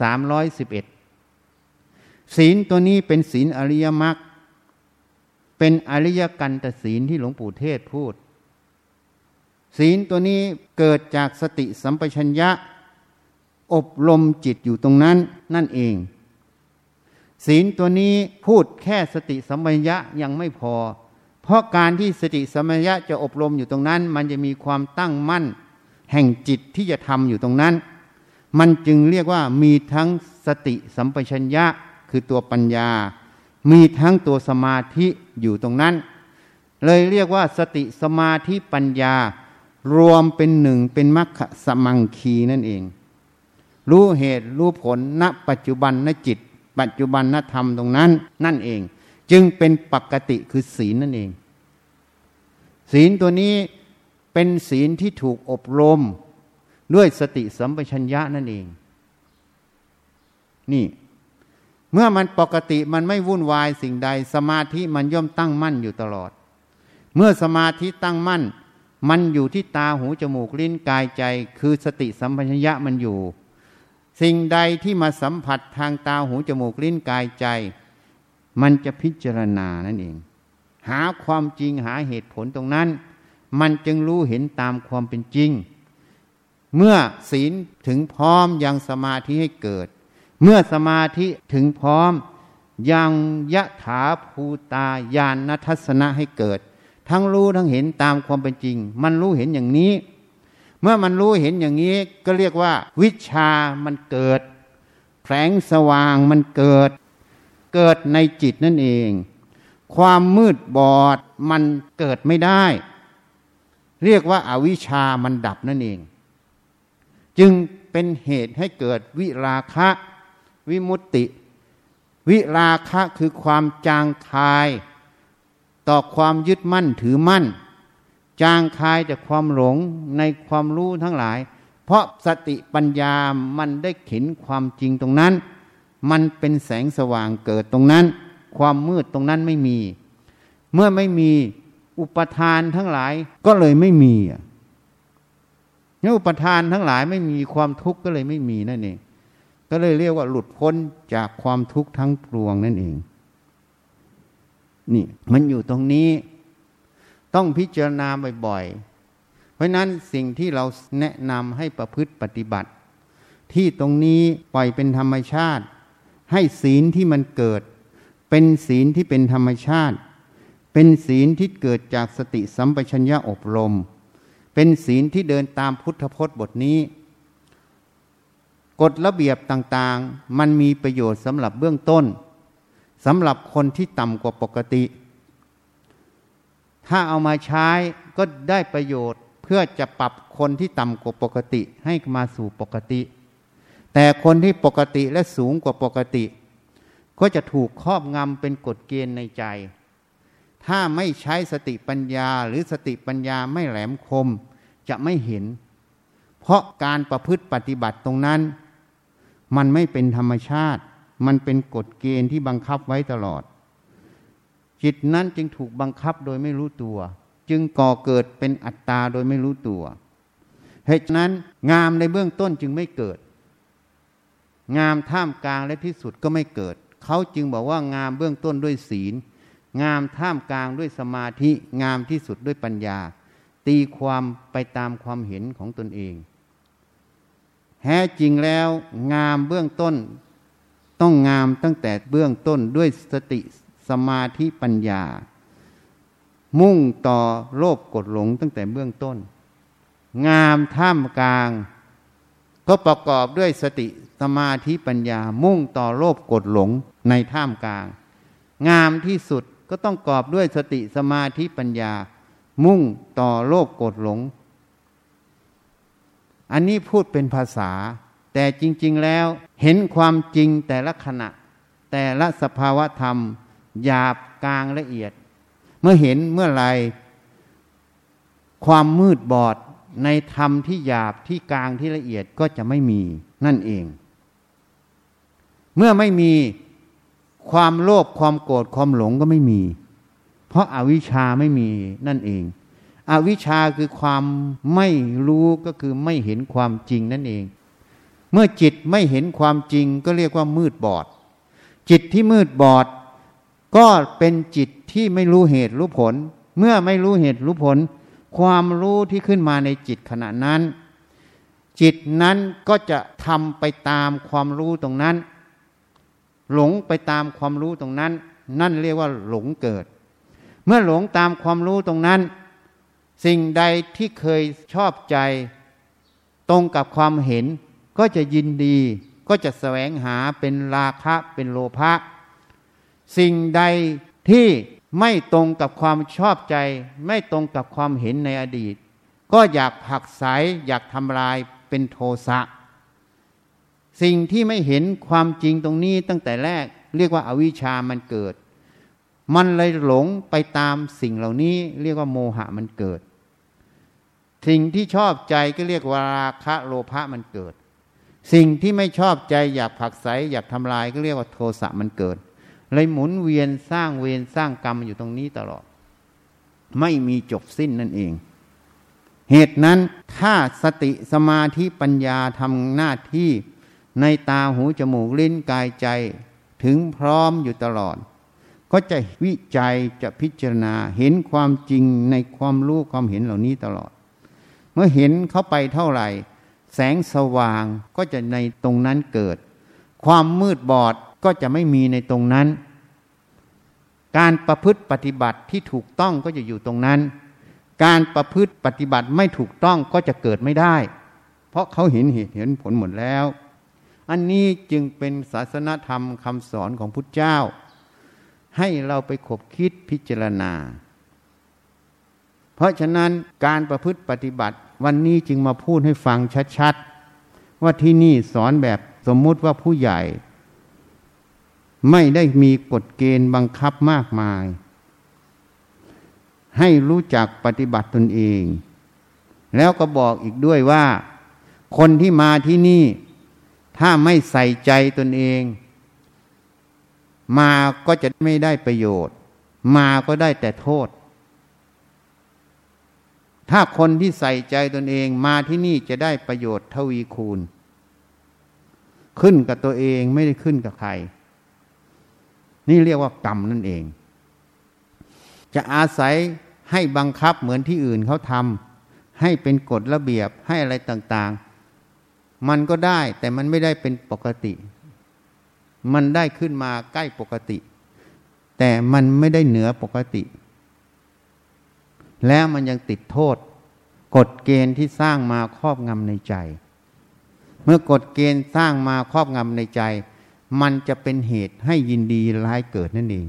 311ศีลตัวนี้เป็นศีลอริยมรรคเป็นอริยกันตศีลที่หลวงปู่เทศพูดศีลตัวนี้เกิดจากสติสัมปชัญญะอบรมจิตอยู่ตรงนั้นนั่นเองศีลตัวนี้พูดแค่สติสัมปชัญญะยังไม่พอเพราะการที่สติสัมปชัญญะจะอบรมอยู่ตรงนั้นมันจะมีความตั้งมั่นแห่งจิตที่จะทำอยู่ตรงนั้นมันจึงเรียกว่ามีทั้งสติสัมปชัญญะคือตัวปัญญามีทั้งตัวสมาธิอยู่ตรงนั้นเลยเรียกว่าสติสมาธิปัญญารวมเป็นหนึ่งเป็นมรรคสมังคีนั่นเองรู้เหตุรู้ผลณปัจจุบันณจิตปัจจุบันณธรรมตรงนั้นนั่นเองจึงเป็นปกติคือศีลนั่นเองศีลตัวนี้เป็นศีลที่ถูกอบรมด้วยสติสัมปชัญญะนั่นเองนี่เมื่อมันปกติมันไม่วุ่นวายสิ่งใดสมาธิมันย่อมตั้งมั่นอยู่ตลอดเมื่อสมาธิตั้งมั่นมันอยู่ที่ตาหูจมูกลิ้นกายใจคือสติสัมปชัญญะมันอยู่สิ่งใดที่มาสัมผัสทางตาหูจมูกลิ้นกายใจมันจะพิจารณานั่นเองหาความจริงหาเหตุผลตรงนั้นมันจึงรู้เห็นตามความเป็นจริงเมื่อศีลถึงพร้อมยังสมาธิให้เกิดเมื่อสมาธิถึงพร้อมยังยะถาภูตาญาณทัศนะให้เกิดทั้งรู้ทั้งเห็นตามความเป็นจริงมันรู้เห็นอย่างนี้เมื่อมันรู้เห็นอย่างนี้ก็เรียกว่าวิชามันเกิดแสงสว่างมันเกิดในจิตนั่นเองความมืดบอดมันเกิดไม่ได้เรียกว่าอาวิชามันดับนั่นเองจึงเป็นเหตุให้เกิดวิราคะวิมุตติวิราคะคือความจางคายต่อความยึดมั่นถือมั่นจางคายจากความหลงในความรู้ทั้งหลายเพราะสติปัญญามันได้เห็นความจริงตรงนั้นมันเป็นแสงสว่างเกิดตรงนั้นความมืดตรงนั้นไม่มีเมื่อไม่มีอุปทานทั้งหลายก็เลยไม่มีเมื่ออุปทานทั้งหลายไม่มีความทุกข์ก็เลยไม่มีนั่นเองก็เลยเรียกว่าหลุดพ้นจากความทุกข์ทั้งปวงนั่นเองนี่มันอยู่ตรงนี้ต้องพิจารณาบ่อยๆเพราะนั้นสิ่งที่เราแนะนำให้ประพฤติปฏิบัติที่ตรงนี้ปล่อยเป็นธรรมชาติให้ศีลที่มันเกิดเป็นศีลที่เป็นธรรมชาติเป็นศีลที่เกิดจากสติสัมปชัญญะอบรมเป็นศีลที่เดินตามพุทธพจน์บทนี้กฎระเบียบต่างๆมันมีประโยชน์สำหรับเบื้องต้นสำหรับคนที่ต่ำกว่าปกติถ้าเอามาใช้ก็ได้ประโยชน์เพื่อจะปรับคนที่ต่ำกว่าปกติให้มาสู่ปกติแต่คนที่ปกติและสูงกว่าปกติก็จะถูกครอบงำเป็นกฎเกณฑ์ในใจถ้าไม่ใช้สติปัญญาหรือสติปัญญาไม่แหลมคมจะไม่เห็นเพราะการประพฤติปฏิบัติตรงนั้นมันไม่เป็นธรรมชาติมันเป็นกฎเกณฑ์ที่บังคับไว้ตลอดจิตนั้นจึงถูกบังคับโดยไม่รู้ตัวจึงก่อเกิดเป็นอัตตาโดยไม่รู้ตัวเหตุนั้นงามในเบื้องต้นจึงไม่เกิดงามท่ามกลางและที่สุดก็ไม่เกิดเขาจึงบอกว่างามเบื้องต้นด้วยศีลงามท่ามกลางด้วยสมาธิงามที่สุดด้วยปัญญาตีความไปตามความเห็นของตนเองแท้จริงแล้วงามเบื้องต้นต้องงามตั้งแต่เบื้องต้นด้วยสติสมาธิปัญญามุ่งต่อโลภกดหลงตั้งแต่เบื้องต้นงามท่ามกลางก็ประกอบด้วยสติสมาธิปัญญามุ่งต่อโลภกดหลงในท่ามกลางงามที่สุดก็ต้องประกอบด้วยสติสมาธิปัญญามุ่งต่อโลภกดหลงอันนี้พูดเป็นภาษาแต่จริงๆแล้วเห็นความจริงแต่ละขณะแต่ละสภาวะธรรมหยาบกลางละเอียดเมื่อเห็นเมื่อไรความมืดบอดในธรรมที่หยาบที่กลางที่ละเอียดก็จะไม่มีนั่นเองเมื่อไม่มีความโลภความโกรธความหลงก็ไม่มีเพราะอาวิชชาไม่มีนั่นเองอวิชชาคือความไม่รู้ก็คือไม่เห็นความจริงนั่นเองเมื่อจิตไม่เห็นความจริงก็เรียกว่ามืดบอดจิตที่มืดบอดก็เป็นจิตที่ไม่รู้เหตุรู้ผลเมื่อไม่รู้เหตุรู้ผลความรู้ที่ขึ้นมาในจิตขณะนั้นจิตนั้นก็จะทำไปตามความรู้ตรงนั้นหลงไปตามความรู้ตรงนั้นนั่นเรียกว่าหลงเกิดเมื่อหลงตามความรู้ตรงนั้นสิ่งใดที่เคยชอบใจตรงกับความเห็นก็จะยินดีก็จะแสวงหาเป็นราคะเป็นโลภะสิ่งใดที่ไม่ตรงกับความชอบใจไม่ตรงกับความเห็นในอดีตก็อยากผลักไสอยากทำลายเป็นโทสะสิ่งที่ไม่เห็นความจริงตรงนี้ตั้งแต่แรกเรียกว่าอวิชชามันเกิดมันเลยหลงไปตามสิ่งเหล่านี้เรียกว่าโมหะมันเกิดสิ่งที่ชอบใจก็เรียกว่าราคะโลภะมันเกิดสิ่งที่ไม่ชอบใจอยากผลักไสอยากทำลายก็เรียกว่าโทสะมันเกิดเลยหมุนเวียนสร้างเวรสร้างกรรมอยู่ตรงนี้ตลอดไม่มีจบสิ้นนั่นเองเหตุนั้นถ้าสติสมาธิปัญญาทำหน้าที่ในตาหูจมูกลิ้นกายใจถึงพร้อมอยู่ตลอดก็จะวิจัยจะพิจารณาเห็นความจริงในความรู้ความเห็นเหล่านี้ตลอดเมื่อเห็นเข้าไปเท่าไหร่แสงสว่างก็จะในตรงนั้นเกิดความมืดบอดก็จะไม่มีในตรงนั้นการประพฤติปฏิบัติที่ถูกต้องก็จะอยู่ตรงนั้นการประพฤติปฏิบัติไม่ถูกต้องก็จะเกิดไม่ได้เพราะเขาเห็นเหตุเห็นผลหมดแล้วอันนี้จึงเป็นศาสนธรรมคำสอนของพุทธเจ้าให้เราไปขบคิดพิจารณาเพราะฉะนั้นการประพฤติปฏิบัติวันนี้จึงมาพูดให้ฟังชัดๆว่าที่นี่สอนแบบสมมุติว่าผู้ใหญ่ไม่ได้มีกฎเกณฑ์บังคับมากมายให้รู้จักปฏิบัติตนเองแล้วก็บอกอีกด้วยว่าคนที่มาที่นี่ถ้าไม่ใส่ใจตนเองมาก็จะไม่ได้ประโยชน์มาก็ได้แต่โทษถ้าคนที่ใส่ใจตนเองมาที่นี่จะได้ประโยชน์ทวีคูณขึ้นกับตัวเองไม่ได้ขึ้นกับใครนี่เรียกว่ากรรมนั่นเองจะอาศัยให้บังคับเหมือนที่อื่นเขาทำให้เป็นกฎระเบียบให้อะไรต่างๆมันก็ได้แต่มันไม่ได้เป็นปกติมันได้ขึ้นมาใกล้ปกติแต่มันไม่ได้เหนือปกติแล้วมันยังติดโทษกฎเกณฑ์ที่สร้างมาครอบงำในใจเมื่อกฎเกณฑ์สร้างมาครอบงำในใจมันจะเป็นเหตุให้ยินดีร้ายเกิดนั่นเอง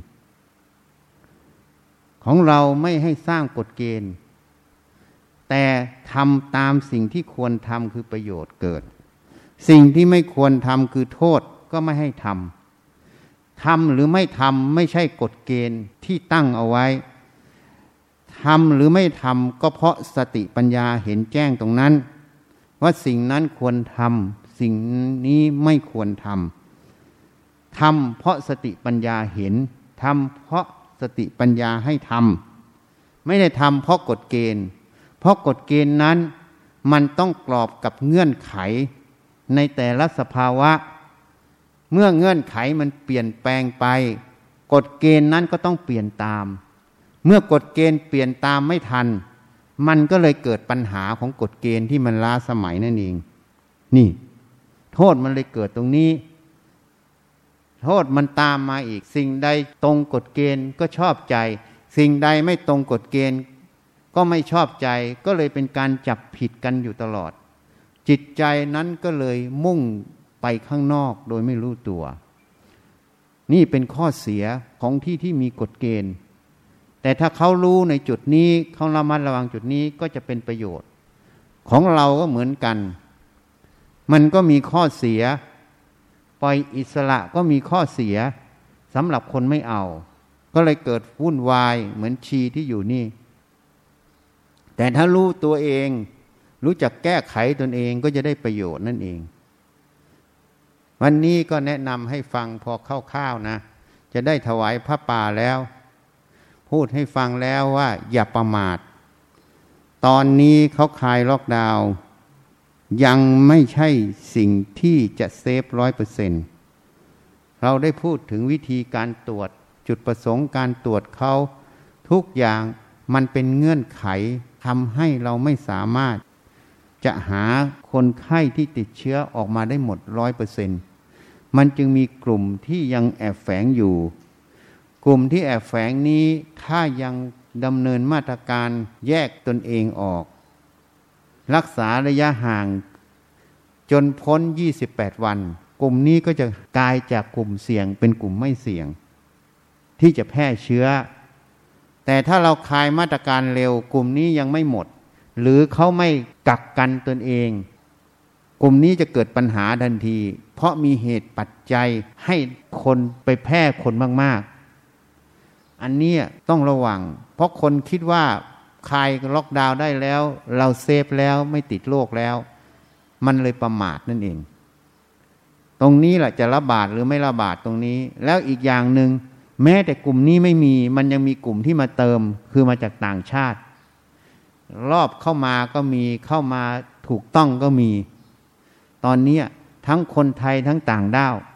ของเราไม่ให้สร้างกฎเกณฑ์แต่ทำตามสิ่งที่ควรทำคือประโยชน์เกิดสิ่งที่ไม่ควรทำคือโทษก็ไม่ให้ทำทำหรือไม่ทำไม่ใช่กฎเกณฑ์ที่ตั้งเอาไว้ทำหรือไม่ทำก็เพราะสติปัญญาเห็นแจ้งตรงนั้นว่าสิ่งนั้นควรทำสิ่งนี้ไม่ควรทำทำเพราะสติปัญญาเห็นทำเพราะสติปัญญาให้ทำไม่ได้ทำเพราะกฎเกณฑ์เพราะกฎเกณฑ์นั้นมันต้องกรอบกับเงื่อนไขในแต่ละสภาวะเมื่อเงื่อนไขมันเปลี่ยนแปลงไปกฎเกณฑ์นั้นก็ต้องเปลี่ยนตามเมื่อกฎเกณฑ์เปลี่ยนตามไม่ทันมันก็เลยเกิดปัญหาของกฎเกณฑ์ที่มันล้าสมัยนั่นเองนี่โทษมันเลยเกิดตรงนี้โทษมันตามมาอีกสิ่งใดตรงกฎเกณฑ์ก็ชอบใจสิ่งใดไม่ตรงกฎเกณฑ์ก็ไม่ชอบใจก็เลยเป็นการจับผิดกันอยู่ตลอดจิตใจนั้นก็เลยมุ่งไปข้างนอกโดยไม่รู้ตัวนี่เป็นข้อเสียของที่มีกฎเกณฑ์แต่ถ้าเขารู้ในจุดนี้เขาระมัดระวังจุดนี้ก็จะเป็นประโยชน์ของเราก็เหมือนกันมันก็มีข้อเสียปล่อยอิสระก็มีข้อเสียสำหรับคนไม่เอาก็เลยเกิดวุ่นวายเหมือนชีที่อยู่นี่แต่ถ้ารู้ตัวเองรู้จักแก้ไขตนเองก็จะได้ประโยชน์นั่นเองวันนี้ก็แนะนำให้ฟังพอคร่าวๆนะจะได้ถวายพระป่าแล้วพูดให้ฟังแล้วว่าอย่าประมาทตอนนี้เขาคลายล็อกดาวน์ยังไม่ใช่สิ่งที่จะเซฟ 100% เราได้พูดถึงวิธีการตรวจจุดประสงค์การตรวจเขาทุกอย่างมันเป็นเงื่อนไขทำให้เราไม่สามารถจะหาคนไข้ที่ติดเชื้อออกมาได้หมด 100% มันจึงมีกลุ่มที่ยังแอบแฝงอยู่กลุ่มที่แอบแฝงนี้ถ้ายังดำเนินมาตรการแยกตนเองออกรักษาระยะห่างจนพ้น28วันกลุ่มนี้ก็จะกลายจากกลุ่มเสี่ยงเป็นกลุ่มไม่เสี่ยงที่จะแพร่เชื้อแต่ถ้าเราคลายมาตรการเร็วกลุ่มนี้ยังไม่หมดหรือเขาไม่กักกันตนเองกลุ่มนี้จะเกิดปัญหาทันทีเพราะมีเหตุปัจจัยให้คนไปแพร่คนมากๆอันนี้ต้องระวังเพราะคนคิดว่าคลายล็อกดาวน์ได้แล้วเราเซฟแล้วไม่ติดโรคแล้วมันเลยประมาทนั่นเองตรงนี้แหละจะระบาดหรือไม่ระบาดตรงนี้แล้วอีกอย่างหนึ่งแม้แต่กลุ่มนี้ไม่มีมันยังมีกลุ่มที่มาเติมคือมาจากต่างชาติรอบเข้ามาก็มีเข้ามาถูกต้องก็มีตอนนี้ทั้งคนไทยทั้งต่างด้าว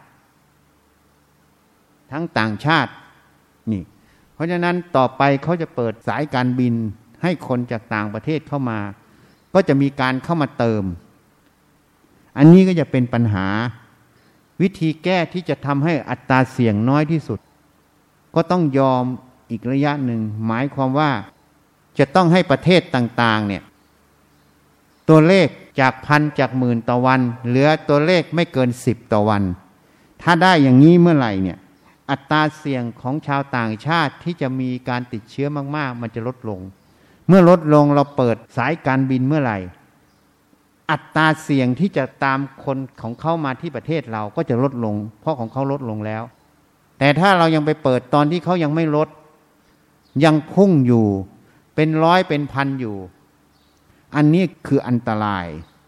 ทั้งต่างชาตินี่เพราะฉะนั้นต่อไปเขาจะเปิดสายการบินให้คนจากต่างประเทศเข้ามาก็จะมีการเข้ามาเติมอันนี้ก็จะเป็นปัญหาวิธีแก้ที่จะทำให้อัตราเสี่ยงน้อยที่สุดก็ต้องยอมอีกระยะหนึ่งหมายความว่าจะต้องให้ประเทศต่างๆเนี่ยตัวเลขจากพันจากหมื่นต่อวันเหลือตัวเลขไม่เกิน10ต่อวันถ้าได้อย่างนี้เมื่อไหร่เนี่ยอัตราเสี่ยงของชาวต่างชาติที่จะมีการติดเชื้อมากๆมันจะลดลงเมื่อลดลงเราเปิดสายการบินเมื่อไหร่อัตราเสี่ยงที่จะตามคนของเขามาที่ประเทศเราก็จะลดลงเพราะของเขาลดลงแล้วแต่ถ้าเรายังไปเปิดตอนที่เขายังไม่ลดยังพุ่งอยู่เป็นร้อยเป็นพันอยู่อันนี้คืออันตราย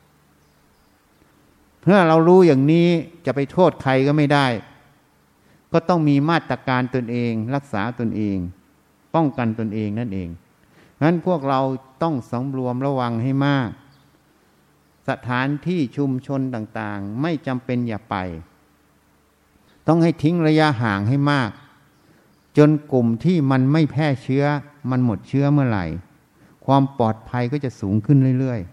เมื่อเรารู้อย่างนี้จะไปโทษใครก็ไม่ได้ก็ต้องมีมาตรการตนเองรักษาตนเองป้องกันตนเองนั่นเองงั้นพวกเราต้องสำรวมระวังให้มากสถานที่ชุมชนต่างๆไม่จำเป็นอย่าไปต้องให้ทิ้งระยะห่างให้มากจนกลุ่มที่มันไม่แพร่เชื้อมันหมดเชื้อเมื่อไหร่ความปลอดภัยก็จะสูงขึ้นเรื่อย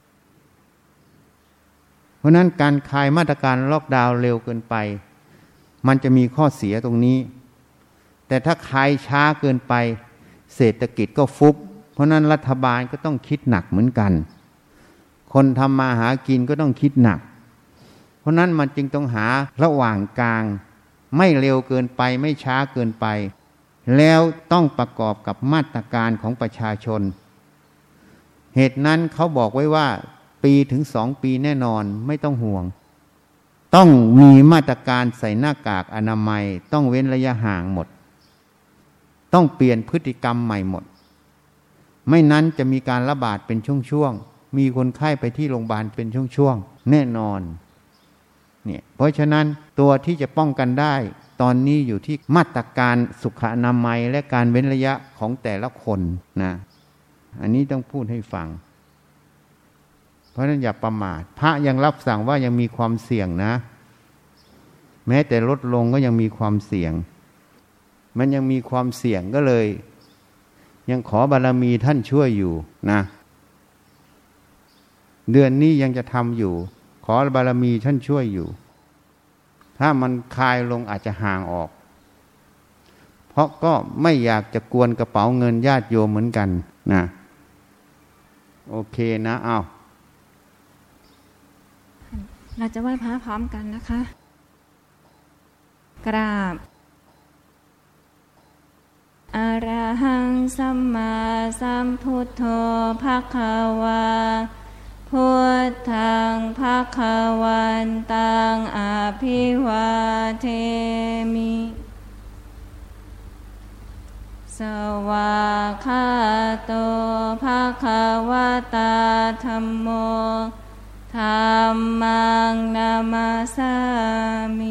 ๆเพราะนั้นการคลายมาตรการล็อกดาวน์เร็วเกินไปมันจะมีข้อเสียตรงนี้แต่ถ้าคลายช้าเกินไปเศรษฐกิจก็ฟุบเพราะนั้นรัฐบาลก็ต้องคิดหนักเหมือนกันคนทำมาหากินก็ต้องคิดหนักเพราะนั้นมันจึงต้องหาระหว่างกลางไม่เร็วเกินไปไม่ช้าเกินไปแล้วต้องประกอบกับมาตรการของประชาชนเหตุนั้นเขาบอกไว้ว่าปีถึง2 ปีแน่นอนไม่ต้องห่วงต้องมีมาตรการใส่หน้ากากอนามัยต้องเว้นระยะห่างหมดต้องเปลี่ยนพฤติกรรมใหม่หมดไม่นั้นจะมีการระบาดเป็นช่วงๆมีคนไข้ไปที่โรงพยาบาลเป็นช่วงๆแน่นอนเนี่ยเพราะฉะนั้นตัวที่จะป้องกันได้ตอนนี้อยู่ที่มาตรการสุขอนามัยและการเว้นระยะของแต่ละคนนะอันนี้ต้องพูดให้ฟังเพราะฉะนั้นอย่าประมาทพระยังรับสั่งว่ายังมีความเสี่ยงนะแม้แต่ลดลงก็ยังมีความเสี่ยงมันยังมีความเสี่ยงก็เลยยังขอบารมีท่านช่วยอยู่นะเดือนนี้ยังจะทำอยู่ขอบารมีท่านช่วยอยู่ถ้ามันคลายลงอาจจะห่างออกเพราะก็ไม่อยากจะกวนกระเป๋าเงินญาติโยมเหมือนกันนะโอเคนะเอาเราจะไหว้พระพร้อมกันนะคะกราบอะระหังสัมมาสัมพุทโธภควาพุทธังภควันตังอภิวาเทมิสวากขาโตภควตาธัมโมธัมมังนามาสามิ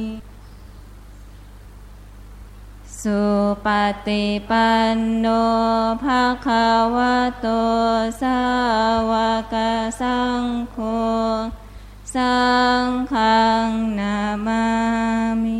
สุปฏิปันโนภควโตสาวกสังโฆสังฆังนามามิ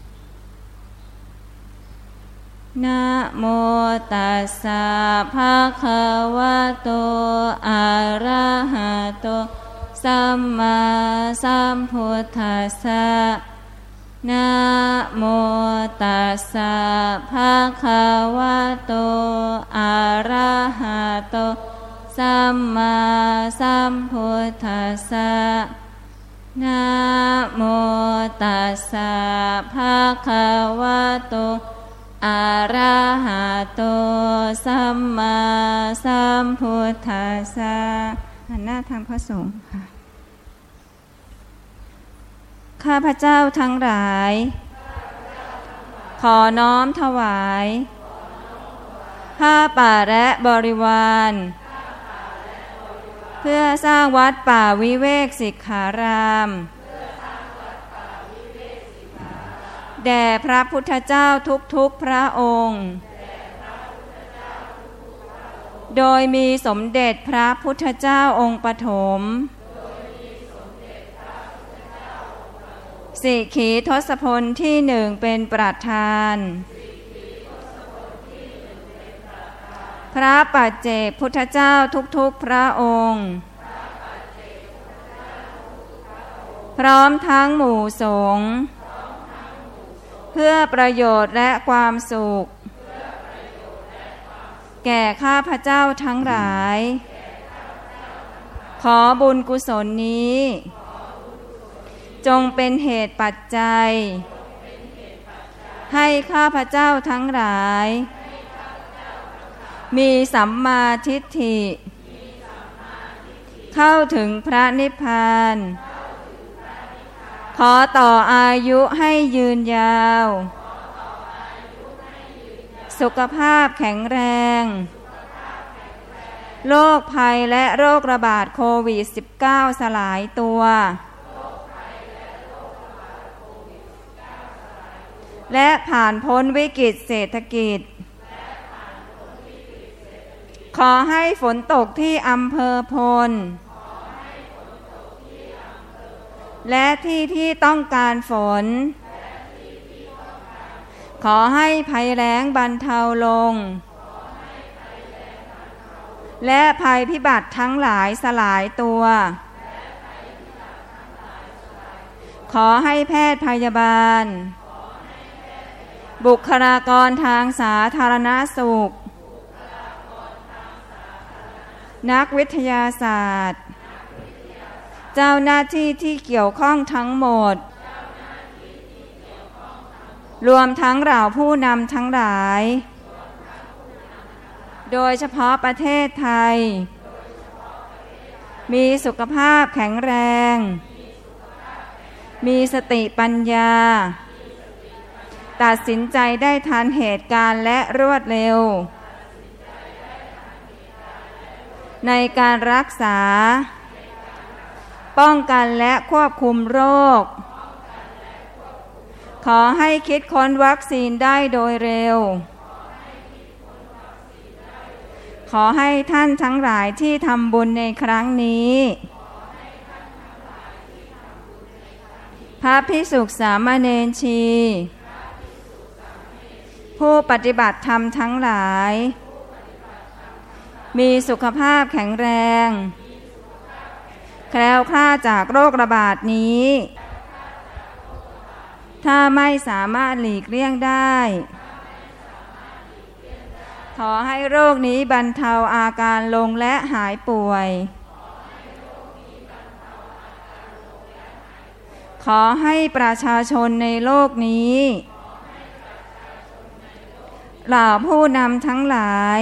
นะโมตัสสะภะคะวะโตอะระหะโตสัมมาสัมพุทธัสสะนะโมตัสสะภะคะวะโตอะระหะโตสัมมาสัมพุทธัสสะนะโมตัสสะภะคะวะโตอะระหะโตสัมมาสัมพุทธัสสะหันหน้าทางพระสงฆ์ค่ะข้าพเจ้าทั้งหลายขอน้อมถวายผ้าป่าและบริวารเพื่อสร้างวัดป่าวิเวกสิกขารามแด่พระพุทธเจ้าทุกๆพระองค์โดยมีสมเด็จพระพุทธเจ้าองค์ปฐมสิขีทศพลที่หนึ่งเป็นประธานพระปัจเจกพุทธเจ้าทุกๆพระองค์พร้อมทั้งหมู่สงฆ์เพื่อประโยชน์และความสุขแก่ข้าพเจ้าทั้งหลายขอบุญกุศลนี้จงเป็นเหตุปัจจัยให้ข้าพเจ้าทั้งหลายมีสัมมาทิฏฐิเข้าถึงพระนิพพานขอต่ออายุให้ยืนยาวสุขภาพแข็งแรงโรคภัยและโรคระบาดโควิด -19 สลายตัวและผ่านพ้นวิกฤตเศรษฐกิจขอให้ฝนตกที่อำเภอพลและที่ต้องการฝนขอให้ภัยแล้งบรรเทาลงและภัยพิบัติทั้งหลายสลายตัวขอให้แพทย์พยาบาลบุคลากรทางสาธารณสุขนักวิทยาศาสตร์เจ้าหน้าที่ที่เกี่ยวข้องทั้งหมดรวมทั้งเหล่าผู้นำทั้งหลายโดยเฉพาะประเทศไทยมีสุขภาพแข็งแรงมีสติปัญญาตัดสินใจได้ทันเหตุการณ์และรวดเร็วในการรักษาป้องกันและควบคุมโรคขอให้คิดค้นวัคซีนได้โดยเร็วขอให้ท่านทั้งหลายที่ทำบุญในครั้งนี้พระภิกษุสามเณรชีผู้ปฏิบัติธรรมทั้งหลายมีสุขภาพแข็งแรงแคล้วคลาดจากโรคระบาดนี้ถ้าไม่สามารถหลีกเลี่ยงได้ขอให้โรคนี้บรรเทาอาการลงและหายป่วยขอให้ประชาชนในโลกนี้เหล่าผู้นำทั้งหลาย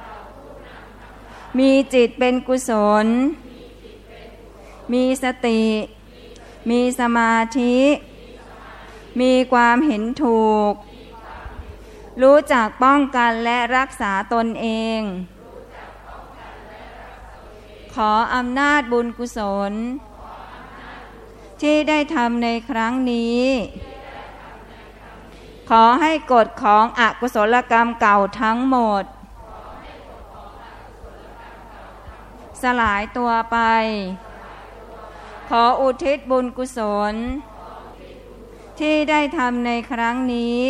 มีจิตเป็นกุศลมีสติมีสมาธิมีความเห็นถูกรู้จักป้องกันและรักษาตนเองขออำนาจบุญกุศลที่ได้ทำในครั้งนี้ขอให้กฎของอกุศลกรรมเก่าทั้งหมดสลายตัวไปขออุทิศบุญกุศลที่ได้ทำในครั้งนี้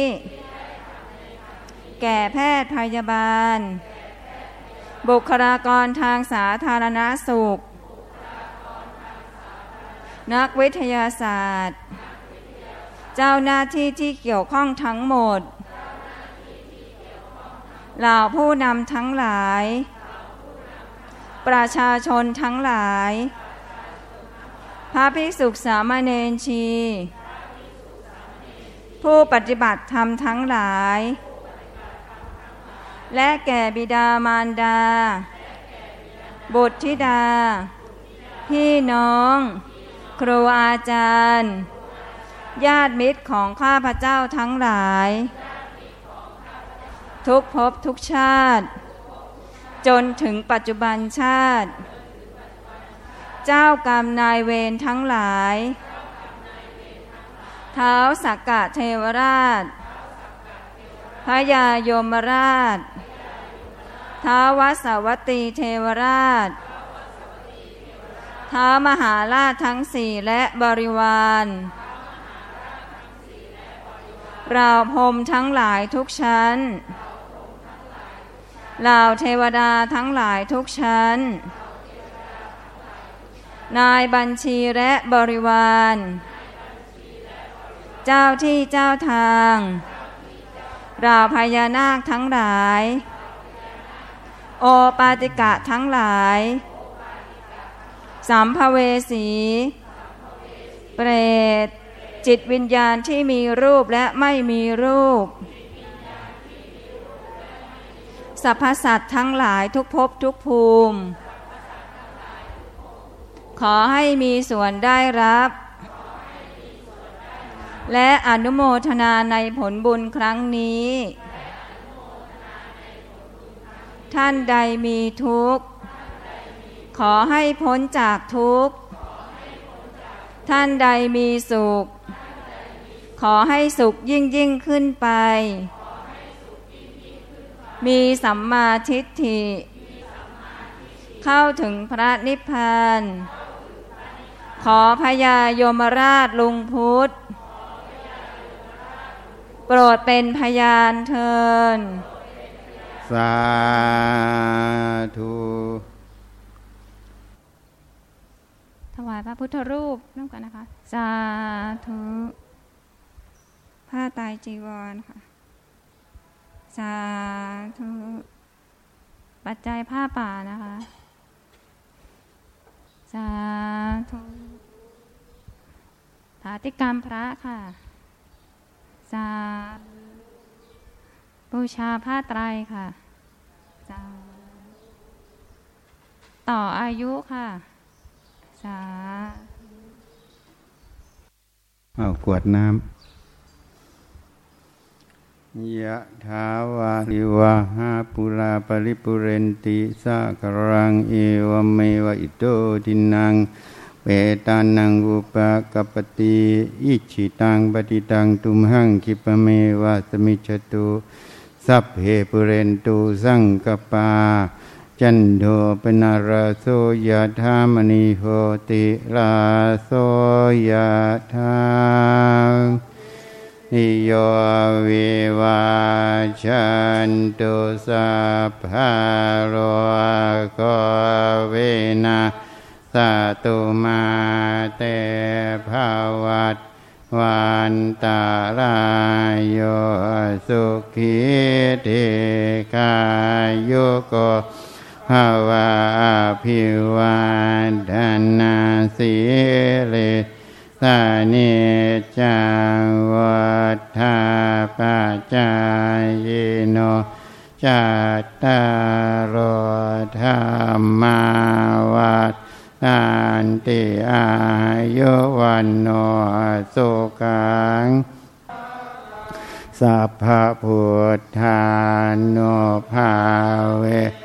แก่แพทย์พยาบาลบุคลากรทางสาธารณสุขนักวิทยาศาสตร์เจ้าหน้าที่ที่เกี่ยวข้องทั้งหมดเหล่าผู้นำทั้งหลายประชาชนทั้งหลายพระภิกษุสามเณรชีผู้ปฏิบัติธรรมทั้งหลายและแก่บิดามารดาบุตรธิดาพี่น้องครูอาจารย์ญาติมิตรของข้าพเจ้าทั้งหลายทุกภพทุกชาติจนถึงปัจจุบันชาติเจ้ากรรมนายเวรทั้งหลายท้าวสักกะเทวราชพญายมราชท้าววสวัตตีเทวราชท้าวมหาราชทั้งสี่และบริวารเราพรหมทั้งหลายทุกชั้นเหล่าเทวดาทั้งหลายทุกชั้นนายบัญชีและบริวารเจ้าที่เจ้าทางเราพญานาคทั้งหลายโอปาติกะทั้งหลายสัมภเวสีเปรตจิตวิญญาณที่มีรูปและไม่มีรูปสรรพสัตว์ทั้งหลายทุกภพทุกภูมิขอให้มีส่วนได้รับและอนุโมทนาในผลบุญครั้งนี้ท่านใดมีทุกข์ขอให้พ้นจากทุกข์ท่านใดมีสุขขอให้สุขยิ่งขึ้นไปมีสัมมาทิฏฐิเข้าถึงพระนิพพานขอพญายมราชลุงพุทธโปรดเป็นพยานเถิดสาธุถวายพระพุทธรูปร่วมกันนะคะสาธุผ้าไตรจีวรค่ะสาธุปัจจัยผ้าป่านะคะสาธุฐาติกรรมพระค่ะสาบูชาผ้าไตรค่ะสาต่ออายุค่ะสาเอากวดน้ำยะถาวาลิวะหาปุราปริปุเรนติสากรังเอวเมวะอิโตทินังเปตานังอุปกปติอิจิตังปฏิตังตุมหังคิปเมวะสมิจฉตุสัพเพปุเรนตุสังกปาจันโทปนาราโสยธามณีโหติราโสยธานิโยวิวาชันตุสัพพะโรโควินาสตุมาเตภวัตวันตารายโยสุขีธิกายุโกภวะภิวันธนาสิริสานิจังวัฏฐาปัจจายโนจัตตารโอธรรมาวัฏฏันติอายุวันโนสุขังสัพพะพุทธานุภาเว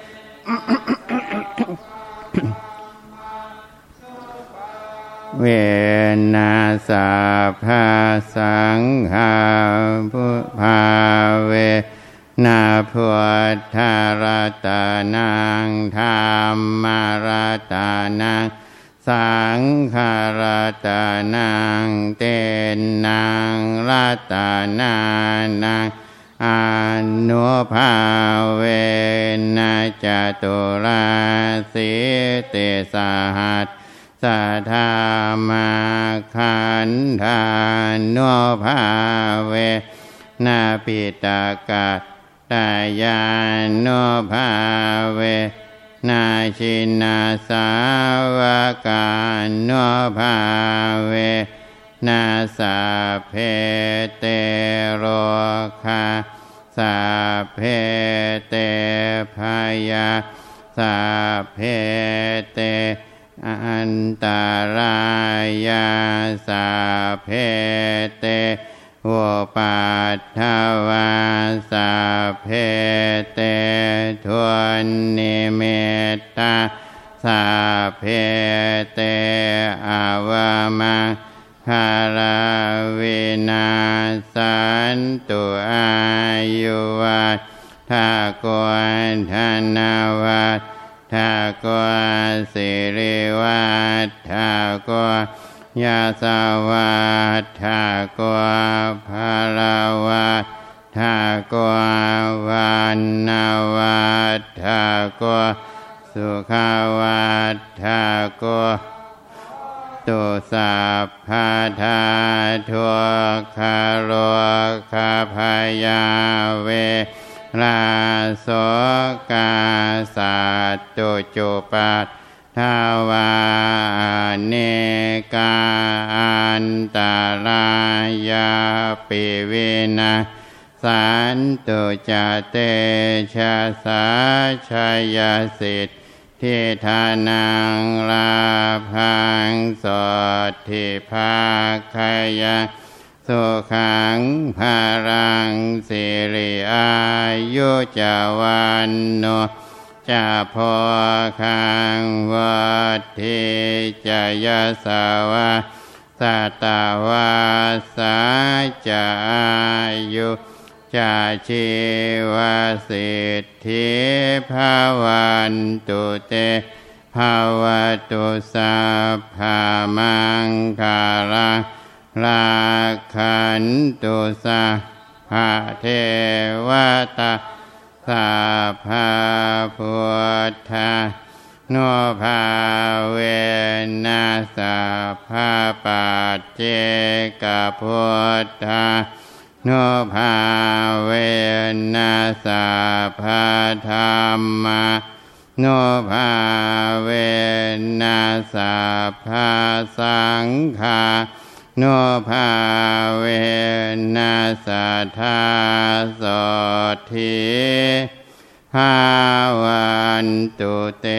เวนัสสะภาสังฆาพุภาเวนาพุทธรัตนังธัมมรัตนังสังฆรัตนังเตนังรัตนานังอนุภาเวนะจตุราสีติสหัสสัทธามาขันธานุภาเวนะปิตกะตายานุภาเวนะชินาสาวกานุภาเวนะสัพเพเตโรคาสัพเพเตพยาสัพเพเตอันตรายาสัพเพเตอุปัฏฐวาสัพเพเตทวนนิมิตตาสัพเพเตอวามังคาราวินาสันตุอายุวัฏฐโกธนาวัฏฐโกสิริวัฏฐโกยาสวัฏฐโกภาลาวัฏฐโกวันนาวัฏฐโกสุขวัฏฐโกตุสัพพะทาทุกขโรคพยาเวราโสกาสัตตุจุปัฏฐาวาเนกาอันตรายาปิวินาสันตุจเตชะสาชยสิทธิธานังลาภังสดทิภาคยาสุขังภารังสิริอายุจวันโนจะพอคังวัฏทิจยสาวะสัตวาสาจะอายุจะชีวสิทธิภาวันตุเตภาวตุสัพพะมังคารังราคันตุสัพพะเทวตาสัพพะพุทธานุภาเวนัสสะภะปัจเจกพุทธานุภาเวนัสสะภะธัมมานุภาเวนัสสะภะสังฆานุภาเวนัสสะทาโสทิภาวันตุเต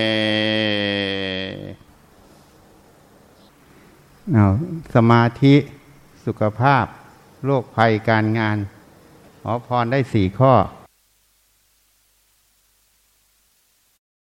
เอาสมาธิสุขภาพโรคภัยการงานขอพรได้4 ข้อ